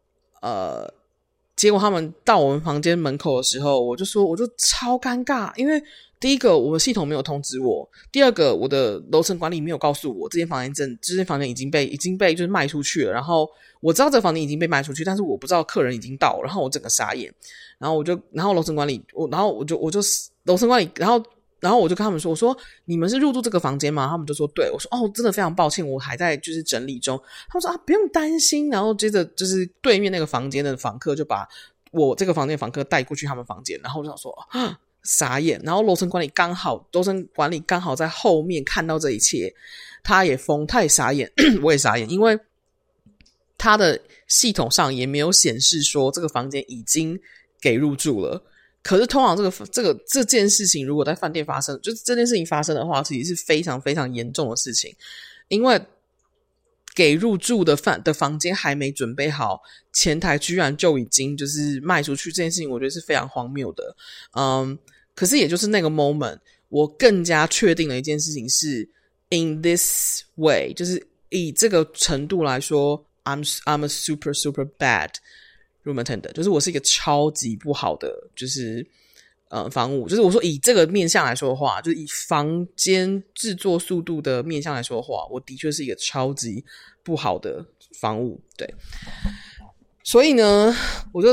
结果他们到我们房间门口的时候，我就超尴尬，因为第一个我的系统没有通知我，第二个我的楼层管理没有告诉我这间房间已经被就是卖出去了。然后我知道这个房间已经被卖出去，但是我不知道客人已经到了，然后我整个傻眼。然后楼层管理楼层管理，然后我就跟他们说，我说你们是入住这个房间吗？他们就说对。我说真的非常抱歉，我还在就是整理中。他们说不用担心。然后接着就是对面那个房间的房客就把我这个房间的房客带过去他们房间，然后我就想说傻眼。然后楼层管理刚好在后面看到这一切，他也傻眼我也傻眼，因为他的系统上也没有显示说这个房间已经给入住了。可是通常这件事情如果在饭店发生，就是这件事情发生的话，其实是非常非常严重的事情，因为给入住的房间还没准备好，前台居然就已经就是卖出去，这件事情我觉得是非常荒谬的。可是也就是那个 moment， 我更加确定的一件事情是 in this way， 就是以这个程度来说 I'm a super super bad room attendant， 就是我是一个超级不好的就是房务，就是我说以这个面向来说的话，就是以房间制作速度的面向来说的话，我的确是一个超级不好的房务。对，所以呢我就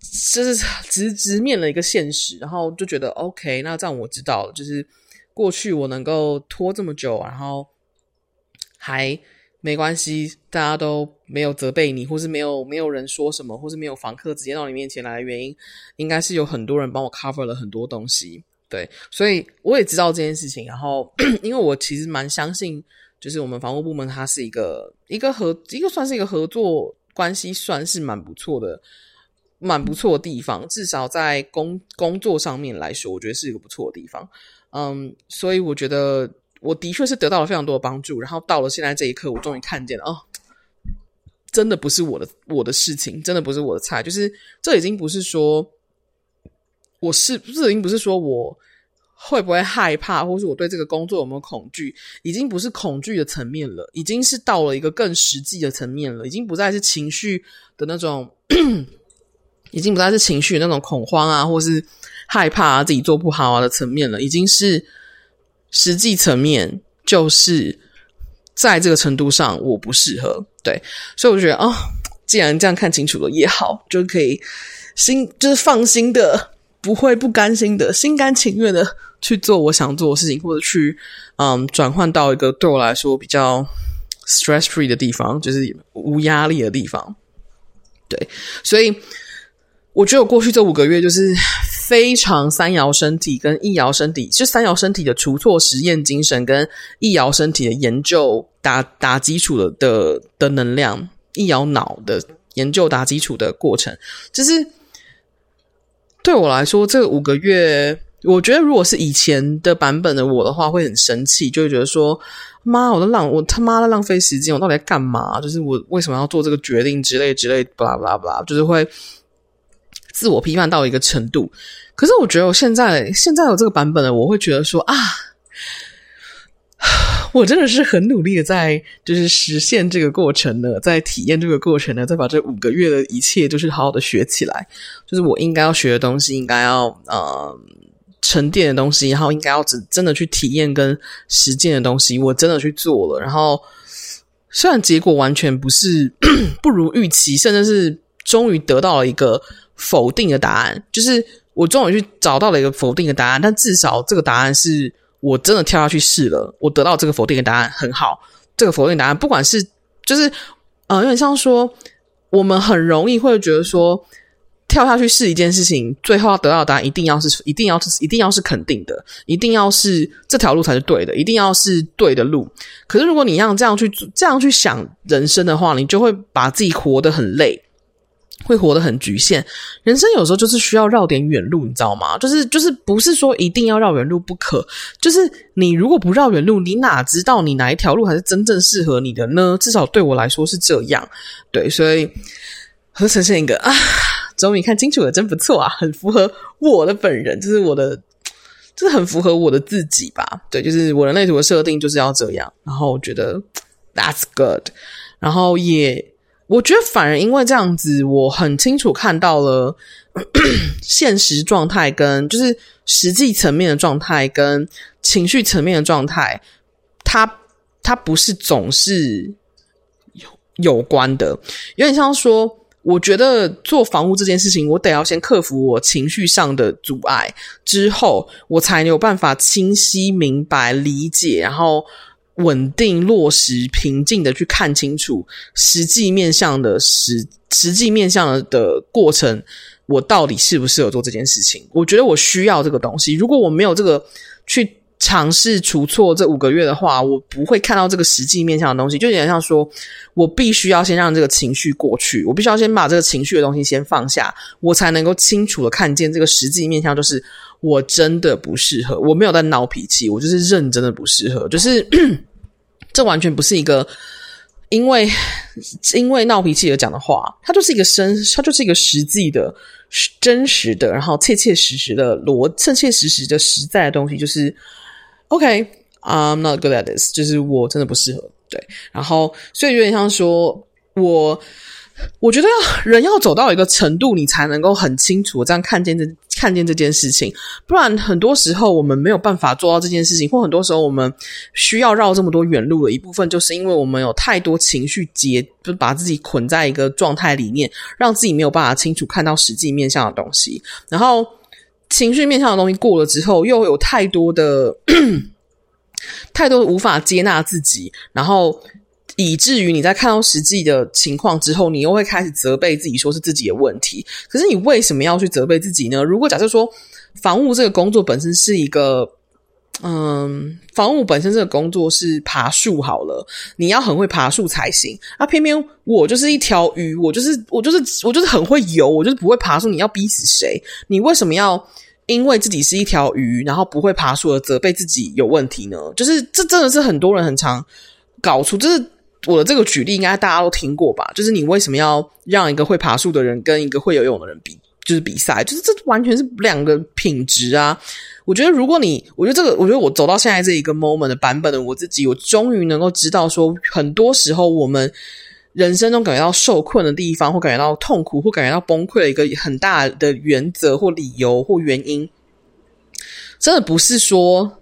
就是直面了一个现实，然后就觉得 OK， 那这样我知道了，就是过去我能够拖这么久，然后还没关系，大家都没有责备你，或是没有人说什么，或是没有房客直接到你面前来的原因，应该是有很多人帮我 cover 了很多东西。对，所以我也知道这件事情，然后因为我其实蛮相信，就是我们房屋部门它是一个算是一个合作关系，算是蛮不错的地方，至少在工作上面来说，我觉得是一个不错的地方。所以我觉得我的确是得到了非常多的帮助，然后到了现在这一刻，我终于看见了真的不是我的事情，真的不是我的菜，就是这已经不是说这已经不是说我会不会害怕，或是我对这个工作有没有恐惧，已经不是恐惧的层面了，已经是到了一个更实际的层面了，已经不再是情绪的那种已经不再是情绪的那种恐慌啊，或是害怕啊自己做不好啊的层面了，已经是实际层面，就是在这个程度上我不适合。对，所以我觉得既然这样看清楚了也好，就可以就是放心的，不会不甘心的，心甘情愿的去做我想做的事情，或者去转换到一个对我来说比较 stress free 的地方，就是无压力的地方。对，所以我觉得我过去这5个月就是非常三摇身体跟一摇身体，就三摇身体的除错实验精神跟一摇身体的研究打基础的能量，一摇脑的研究打基础的过程，就是对我来说这5个月，我觉得如果是以前的版本的我的话会很生气，就会觉得说妈，我他妈的浪费时间，我到底在干嘛，就是我为什么要做这个决定之类 blah blah blah， 就是会自我批判到一个程度。可是我觉得我现在有这个版本的，我会觉得说我真的是很努力的在就是实现这个过程呢，在体验这个过程呢，再把这5个月的一切就是好好的学起来，就是我应该要学的东西，应该要沉淀的东西，然后应该要真的去体验跟实践的东西，我真的去做了，然后虽然结果完全不是不如预期，甚至是终于得到了一个否定的答案，就是我终于去找到了一个否定的答案，但至少这个答案是我真的跳下去试了，我得到这个否定的答案很好。这个否定答案不管是就是有点像说我们很容易会觉得说跳下去试一件事情，最后要得到的答案一定要是肯定的，一定要是这条路才是对的，一定要是对的路。可是如果你要这样去想人生的话，你就会把自己活得很累，会活得很局限。人生有时候就是需要绕点远路，你知道吗？就是不是说一定要绕远路不可，就是你如果不绕远路，你哪知道你哪一条路才是真正适合你的呢？至少对我来说是这样。对，所以我就呈现一个终于看清楚了，真不错啊，很符合我的本人，就是很符合我的自己吧。对，就是我人类图的设定就是要这样，然后我觉得 that's good， 然后我觉得反而因为这样子，我很清楚看到了现实状态跟就是实际层面的状态跟情绪层面的状态，它不是总是有关的。有点像说我觉得做房屋这件事情，我得要先克服我情绪上的阻碍，之后我才有办法清晰明白理解，然后稳定落实平静的去看清楚实际面向的过程，我到底适不适合做这件事情。我觉得我需要这个东西，如果我没有这个去尝试除错这5个月的话，我不会看到这个实际面向的东西。就有点像说我必须要先让这个情绪过去，我必须要先把这个情绪的东西先放下，我才能够清楚的看见这个实际面向，就是我真的不适合，我没有在闹脾气，我就是认真的不适合，就是这完全不是一个因为闹脾气而讲的话，它就是一个实际的真实的，然后切切实实的实在的东西，就是OK I'm not good at this， 就是我真的不适合。对，然后所以有点像说我我觉得人要走到一个程度，你才能够很清楚这样看见这件事情，不然很多时候我们没有办法做到这件事情，或很多时候我们需要绕这么多远路的一部分，就是因为我们有太多情绪就把自己捆在一个状态里面，让自己没有办法清楚看到实际面向的东西，然后情绪面向的东西过了之后，又有太多的无法接纳自己，然后以至于你在看到实际的情况之后，你又会开始责备自己说是自己的问题。可是你为什么要去责备自己呢？如果假设说房务这个工作本身是一个房务本身这个工作是爬树好了，你要很会爬树才行啊！偏偏我就是一条鱼，我就是很会游，我就是不会爬树，你要逼死谁？你为什么要因为自己是一条鱼，然后不会爬树而责备自己有问题呢？就是这真的是很多人很常搞出，就是我的这个举例应该大家都听过吧，就是你为什么要让一个会爬树的人跟一个会游泳的人比赛，就是这完全是两个品质啊。我觉得我觉得我走到现在这一个 moment 的版本的我自己，我终于能够知道说，很多时候我们人生中感觉到受困的地方，或感觉到痛苦，或感觉到崩溃的一个很大的原则或理由或原因，真的不是说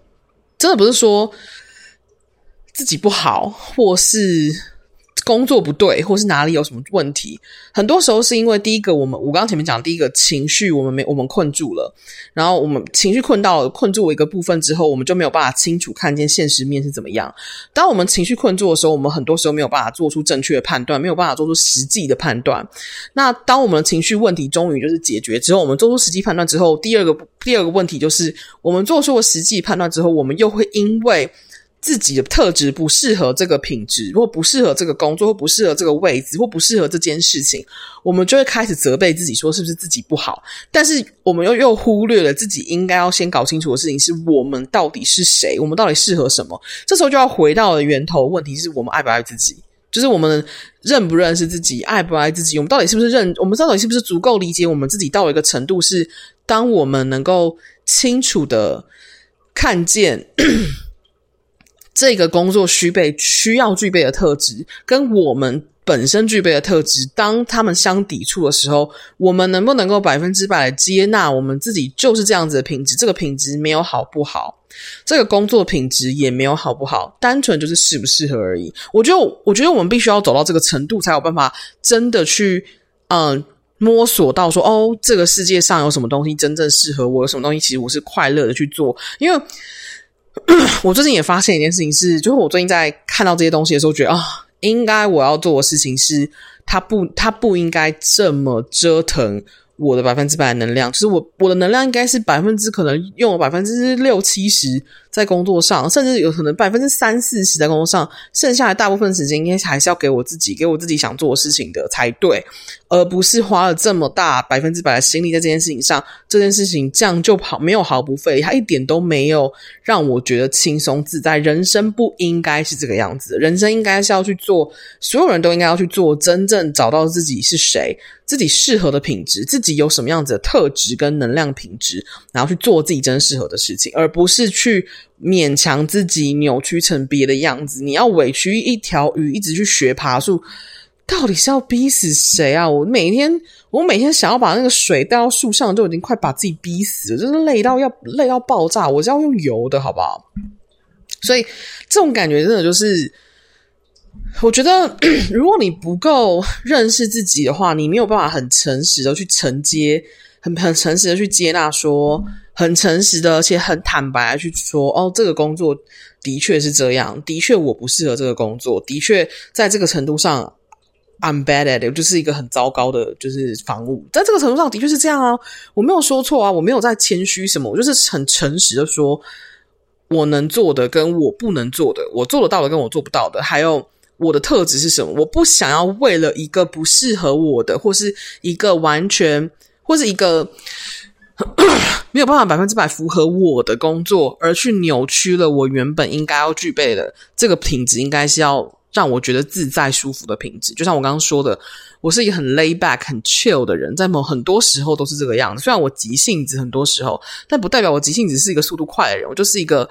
自己不好，或是工作不对，或是哪里有什么问题。很多时候是因为第一个我刚刚前面讲第一个情绪我们困住了，然后我们情绪困住了一个部分之后，我们就没有办法清楚看见现实面是怎么样。当我们情绪困住的时候，我们很多时候没有办法做出正确的判断，没有办法做出实际的判断。那当我们的情绪问题终于就是解决之后，我们做出实际判断之后，第二个问题就是我们做出了实际判断之后，我们又会因为自己的特质不适合这个品质，或不适合这个工作，或不适合这个位置，或不适合这件事情，我们就会开始责备自己说是不是自己不好。但是我们又忽略了自己应该要先搞清楚的事情，是我们到底是谁，我们到底适合什么。这时候就要回到了源头问题，是我们爱不爱自己，就是我们认不认识自己，爱不爱自己，我们到底是不是足够理解我们自己到了一个程度，是当我们能够清楚的看见这个工作需要具备的特质跟我们本身具备的特质，当他们相抵触的时候，我们能不能够100%的接纳我们自己就是这样子的品质，这个品质没有好不好，这个工作品质也没有好不好，单纯就是适不适合而已。我觉得我们必须要走到这个程度，才有办法真的去摸索到说，这个世界上有什么东西真正适合我，有什么东西其实我是快乐的去做。因为我最近也发现一件事情是，就是我最近在看到这些东西的时候，觉得应该我要做的事情是，它不应该这么折腾我的100%的能量，就是我的能量应该是可能用了60%-70%在工作上，甚至有可能30-40%在工作上，剩下的大部分时间应该还是要给我自己想做的事情的才对，而不是花了这么大100%的心力在这件事情上。这件事情这样就没有毫不费力，它一点都没有让我觉得轻松自在。人生不应该是这个样子的，人生应该是要去做，所有人都应该要去做，真正找到自己是谁，自己适合的品质，自己有什么样子的特质跟能量品质，然后去做自己真适合的事情，而不是去勉强自己扭曲成别的样子。你要委屈一条鱼一直去学爬树，到底是要逼死谁啊？我每天想要把那个水带到树上，就已经快把自己逼死了，就是累到爆炸，我是要用游的好不好？所以这种感觉真的就是我觉得如果你不够认识自己的话，你没有办法很诚实的去承接，很诚实的去接纳，说很诚实的而且很坦白的去说，这个工作的确是这样，的确我不适合这个工作，的确在这个程度上 I'm bad at it， 就是一个很糟糕的就是房务，在这个程度上的确是这样啊，我没有说错啊，我没有在谦虚什么，我就是很诚实的说我能做的跟我不能做的，我做得到的跟我做不到的，还有我的特质是什么。我不想要为了一个不适合我的，或是一个或是一个没有办法100%符合我的工作，而去扭曲了我原本应该要具备的这个品质，应该是要让我觉得自在舒服的品质。就像我刚刚说的，我是一个很 lay back 很 chill 的人，在很多时候都是这个样子。虽然我急性子很多时候，但不代表我急性子是一个速度快的人，我就是一个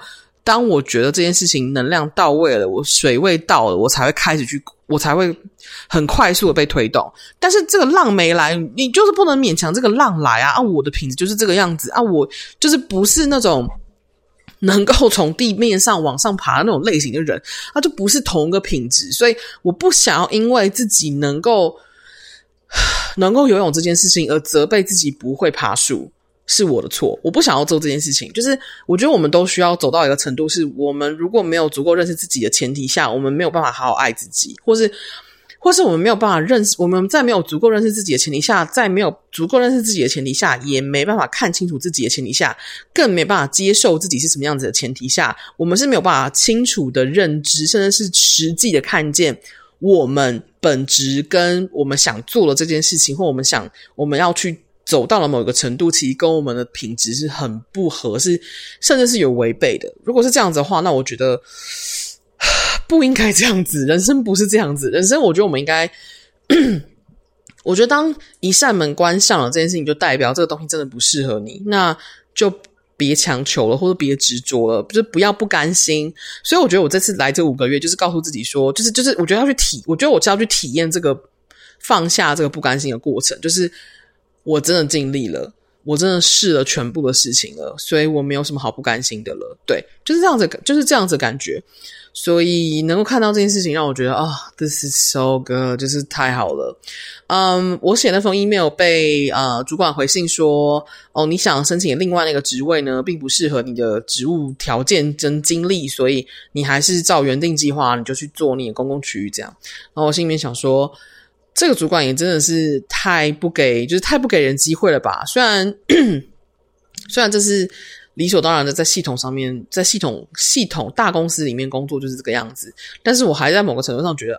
当我觉得这件事情能量到位了，我水位到了，我才会很快速的被推动。但是这个浪没来，你就是不能勉强这个浪来啊！我的品质就是这个样子啊！我就是不是那种能够从地面上往上爬的那种类型的人，就不是同一个品质。所以我不想要因为自己能够游泳这件事情而责备自己不会爬树。是我的错，我不想要做这件事情。就是我觉得我们都需要走到一个程度，是我们如果没有足够认识自己的前提下，我们没有办法好好爱自己，或是我们没有办法我们在没有足够认识自己的前提下，在没有足够认识自己的前提下，也没办法看清楚自己的前提下，更没办法接受自己是什么样子的前提下，我们是没有办法清楚的认知，甚至是实际的看见我们本质跟我们想做的这件事情，或我们要去走到了某一个程度，其实跟我们的品质是很不合，甚至是有违背的。如果是这样子的话，那我觉得不应该这样子，人生不是这样子。人生我觉得我们应该我觉得当一扇门关上了这件事情，就代表这个东西真的不适合你，那就别强求了，或者别执着了，就是不要不甘心。所以我觉得我这次来这5个月，就是告诉自己说，就是我觉得我觉得我是要去体验这个放下这个不甘心的过程，就是我真的尽力了，我真的试了全部的事情了，所以我没有什么好不甘心的了。对，就是这样子的感觉。所以能够看到这件事情，让我觉得this is so good， 就是太好了。我写那封 email 被主管回信说，你想申请另外那个职位呢，并不适合你的职务条件跟经历，所以你还是照原定计划，你就去做你的公共区域这样。然后我心里面想说，这个主管也真的是太不给人机会了吧。虽然这是理所当然的，在系统上面，在系统大公司里面工作就是这个样子，但是我还在某个程度上觉得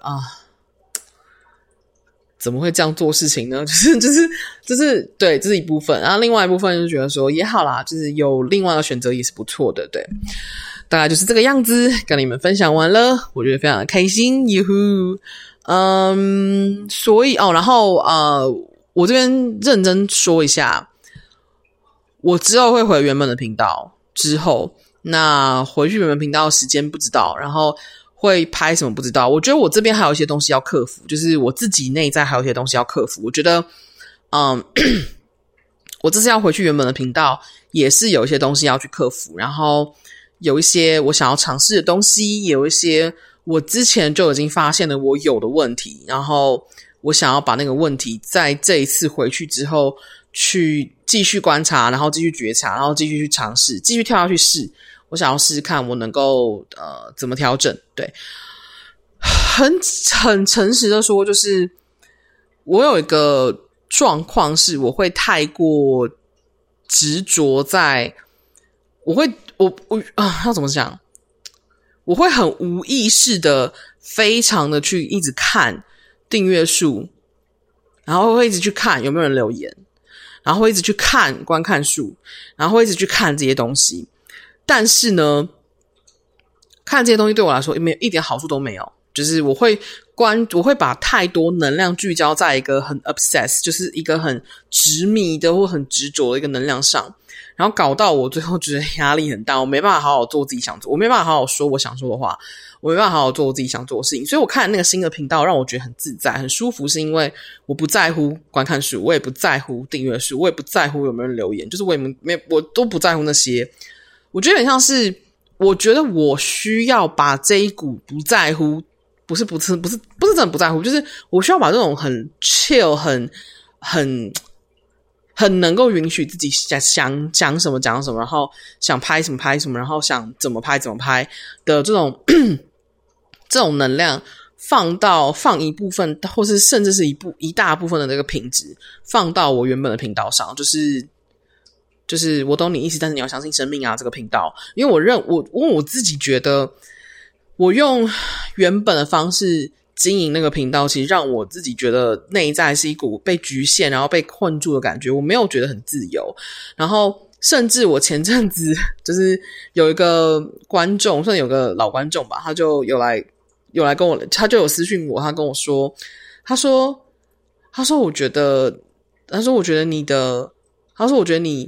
怎么会这样做事情呢？就是对，这是一部分。然后另外一部分就是觉得说也好啦，就是有另外的选择也是不错的。对，大概就是这个样子，跟你们分享完了，我觉得非常的开心，哟呼。所以然后我这边认真说一下，我之后会回原本的频道，之后那回去原本频道的时间不知道，然后会拍什么不知道。我觉得我这边还有一些东西要克服，就是我自己内在还有一些东西要克服。我觉得我这次要回去原本的频道也是有一些东西要去克服，然后有一些我想要尝试的东西，有一些我之前就已经发现了我有的问题，然后我想要把那个问题在这一次回去之后去继续观察，然后继续觉察，然后继续去尝试，继续跳下去试。我想要试试看我能够怎么调整。对，很诚实的说，就是我有一个状况是我会太过执着在，要怎么讲？我会很无意识的非常的去一直看订阅数，然后会一直去看有没有人留言，然后会一直去看观看数，然后会一直去看这些东西。但是呢，看这些东西对我来说一点好处都没有，就是我会把太多能量聚焦在一个很 obsess， 就是一个很执迷的或很执着的一个能量上，然后搞到我最后觉得压力很大，我没办法好好做自己想做，我没办法好好说我想说的话，我没办法好好做我自己想做的事情。所以我看那个新的频道让我觉得很自在很舒服，是因为我不在乎观看数，我也不在乎订阅数，我也不在乎有没有人留言，就是我都不在乎那些。我觉得很像是，我觉得我需要把这一股不在乎，不是真的不在乎，就是我需要把这种很 chill 很能够允许自己想讲什么讲什么，然后想拍什么拍什么，然后想怎么拍怎么拍的这种这种能量放一部分，或是甚至是一大部分的这个品质放到我原本的频道上，就是我懂你意思，但是你要相信生命啊这个频道。因为我自己觉得我用原本的方式经营那个频道，其实让我自己觉得内在是一股被局限然后被困住的感觉，我没有觉得很自由。然后甚至我前阵子就是有一个观众，算有个老观众吧，他就有来跟我，他就有私讯我，他跟我说，他说我觉得你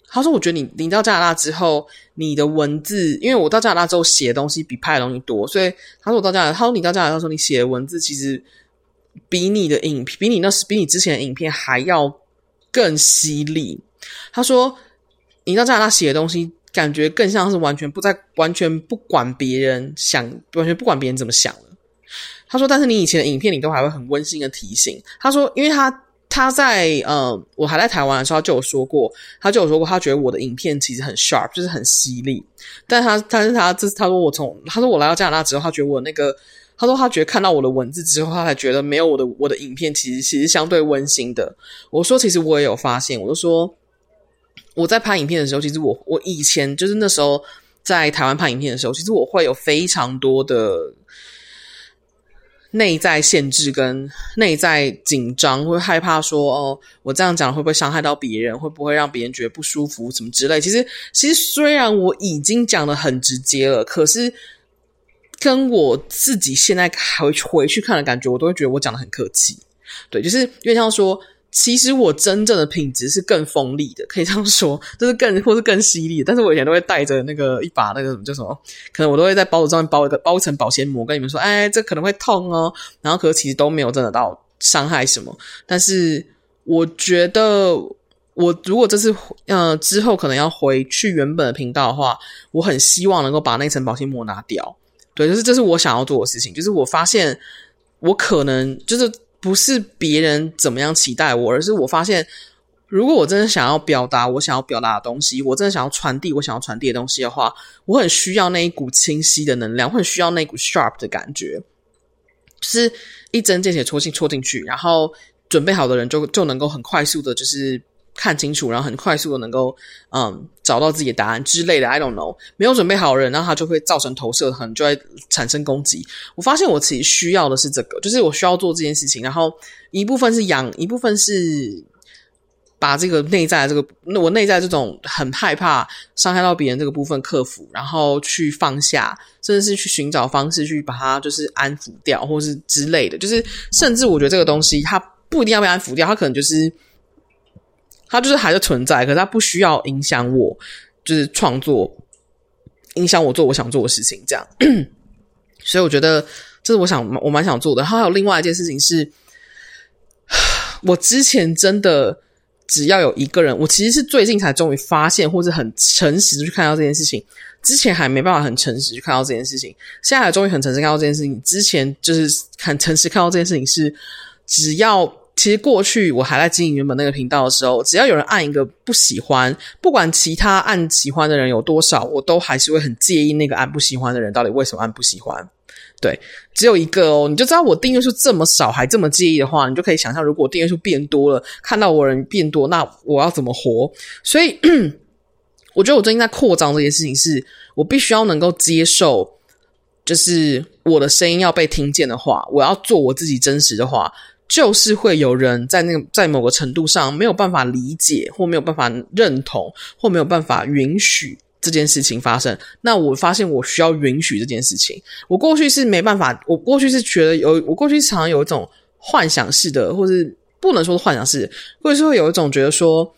他说我觉得你到加拿大之后，你的文字，因为我到加拿大之后写的东西比拍的东西多，所以他说你到加拿大之后，你写的文字其实比你之前的影片还要更犀利。他说你到加拿大写的东西感觉更像是完全不管别人怎么想了。他说但是你以前的影片你都还会很温馨的提醒。他说因为他在我还在台湾的时候他就有说过他觉得我的影片其实很 sharp 就是很犀利。但他说我来到加拿大之后他觉得他觉得看到我的文字之后他才觉得没有我的影片其实相对温馨的。我说其实我也有发现，我就说我在拍影片的时候，其实我以前就是那时候在台湾拍影片的时候，其实我会有非常多的内在限制跟内在紧张，会害怕说我这样讲会不会伤害到别人，会不会让别人觉得不舒服什么之类。其实虽然我已经讲得很直接了，可是跟我自己现在回去看的感觉，我都会觉得我讲得很客气。对，就是有点像说其实我真正的品质是更锋利的，可以这样说，就是更犀利的。但是我以前都会带着一把什么叫什么，可能我都会在包子上面包一层保鲜膜，跟你们说这可能会痛哦，然后可是其实都没有真的到伤害什么。但是我觉得我如果这次之后可能要回去原本的频道的话，我很希望能够把那层保鲜膜拿掉。对，就是这是我想要做的事情。就是我发现我可能就是不是别人怎么样期待我，而是我发现如果我真的想要表达我想要表达的东西，我真的想要传递我想要传递的东西的话，我很需要那一股清晰的能量，我很需要那一股 sharp 的感觉，就是一针见血戳进去，然后准备好的人就能够很快速的就是看清楚，然后很快速的能够找到自己的答案之类的 I don't know。 没有准备好的人，然后他就会造成投射，可能就会产生攻击。我发现我其实需要的是这个，就是我需要做这件事情，然后一部分是一部分是把这个内在的我内在这种很害怕伤害到别人这个部分克服，然后去放下，甚至是去寻找方式去把它就是安抚掉或是之类的。就是甚至我觉得这个东西它不一定要被安抚掉，它可能它就是还是存在，可是它不需要影响我就是创作，影响我做我想做的事情这样。所以我觉得这是我蛮想做的。然后还有另外一件事情是，我之前真的只要有一个人，我其实是最近才终于发现或是很诚实的去看到这件事情，之前还没办法很诚实去看到这件事情，现在还终于很诚实看到这件事情。之前就是很诚实看到这件事情是，其实过去我还在经营原本那个频道的时候，只要有人按一个不喜欢，不管其他按喜欢的人有多少，我都还是会很介意那个按不喜欢的人到底为什么按不喜欢。对，只有一个哦，你就知道我订阅数这么少还这么介意的话，你就可以想象如果订阅数变多了，看到我人变多，那我要怎么活。所以我觉得我最近在扩张这件事情是，我必须要能够接受，就是我的声音要被听见的话，我要做我自己真实的话，就是会有人在某个程度上没有办法理解，或没有办法认同，或没有办法允许这件事情发生。那我发现我需要允许这件事情。我过去是没办法，我过去是觉得我过去常常有一种幻想式的，或是不能说是幻想式的，或者是会有一种觉得说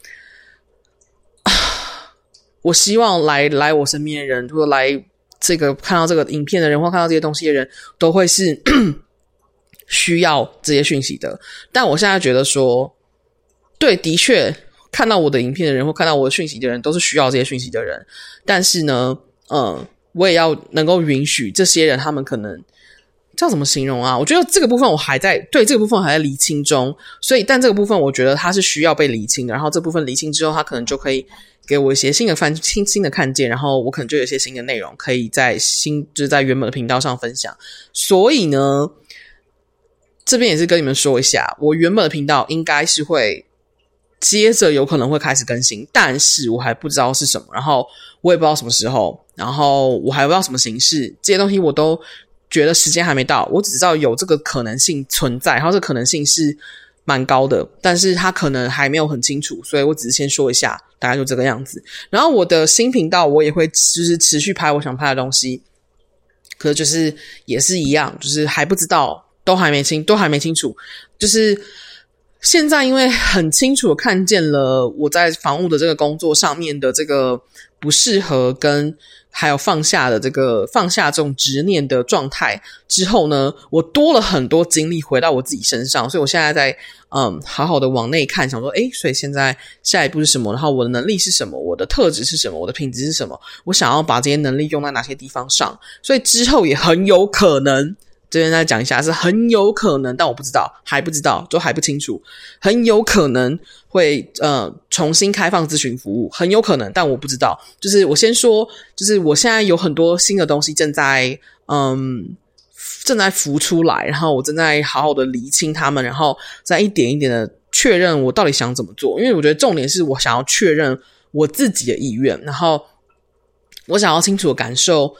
我希望来我身边的人，或者来看到这个影片的人，或看到这些东西的人，都会是需要这些讯息的。但我现在觉得说，对，的确看到我的影片的人或看到我的讯息的人都是需要这些讯息的人，但是呢我也要能够允许这些人，他们可能叫怎么形容啊，我觉得这个部分我还在厘清中。所以但这个部分我觉得它是需要被厘清的，然后这部分厘清之后，它可能就可以给我一些新的看见，然后我可能就有一些新的内容可以就是在原本的频道上分享。所以呢这边也是跟你们说一下，我原本的频道应该是会接着有可能会开始更新，但是我还不知道是什么，然后我也不知道什么时候，然后我还不知道什么形式，这些东西我都觉得时间还没到。我只知道有这个可能性存在，然后这个可能性是蛮高的，但是它可能还没有很清楚，所以我只是先说一下，大概就这个样子。然后我的新频道我也会就是持续拍我想拍的东西，可是就是也是一样，就是还不知道，都还没清楚。就是现在因为很清楚地看见了我在房务的这个工作上面的这个不适合跟还有放下这种执念的状态之后呢，我多了很多精力回到我自己身上，所以我现在在好好的往内看，想说所以现在下一步是什么，然后我的能力是什么，我的特质是什么，我的品质是什么，我想要把这些能力用在哪些地方上，所以之后也很有可能，这边再讲一下，是很有可能，但我不知道，还不知道，就还不清楚，很有可能会重新开放咨询服务，很有可能，但我不知道。就是我先说，就是我现在有很多新的东西正在浮出来，然后我正在好好的厘清它们，然后再一点一点的确认我到底想怎么做。因为我觉得重点是我想要确认我自己的意愿，然后我想要清楚的感受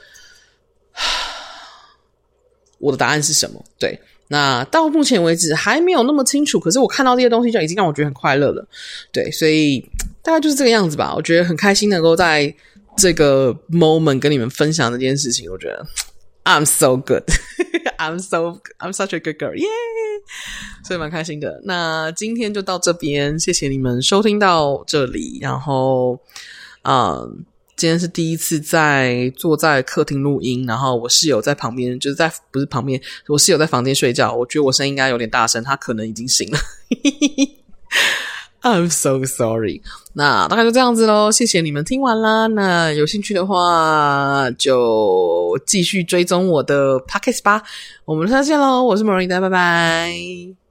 我的答案是什么。对，那到目前为止还没有那么清楚，可是我看到这些东西就已经让我觉得很快乐了。对，所以大概就是这个样子吧。我觉得很开心能够在这个 moment 跟你们分享这件事情，我觉得 I'm so good I'm such a good girl yay 所以蛮开心的。那今天就到这边，谢谢你们收听到这里，然后今天是第一次坐在客厅录音，然后我室友在旁边，就是不是旁边，我室友在房间睡觉，我觉得我声音应该有点大声，他可能已经醒了I'm so sorry。 那大概就这样子咯，谢谢你们听完啦。那有兴趣的话就继续追踪我的 Podcast 吧。我们下次见咯，我是 Marita， 拜拜。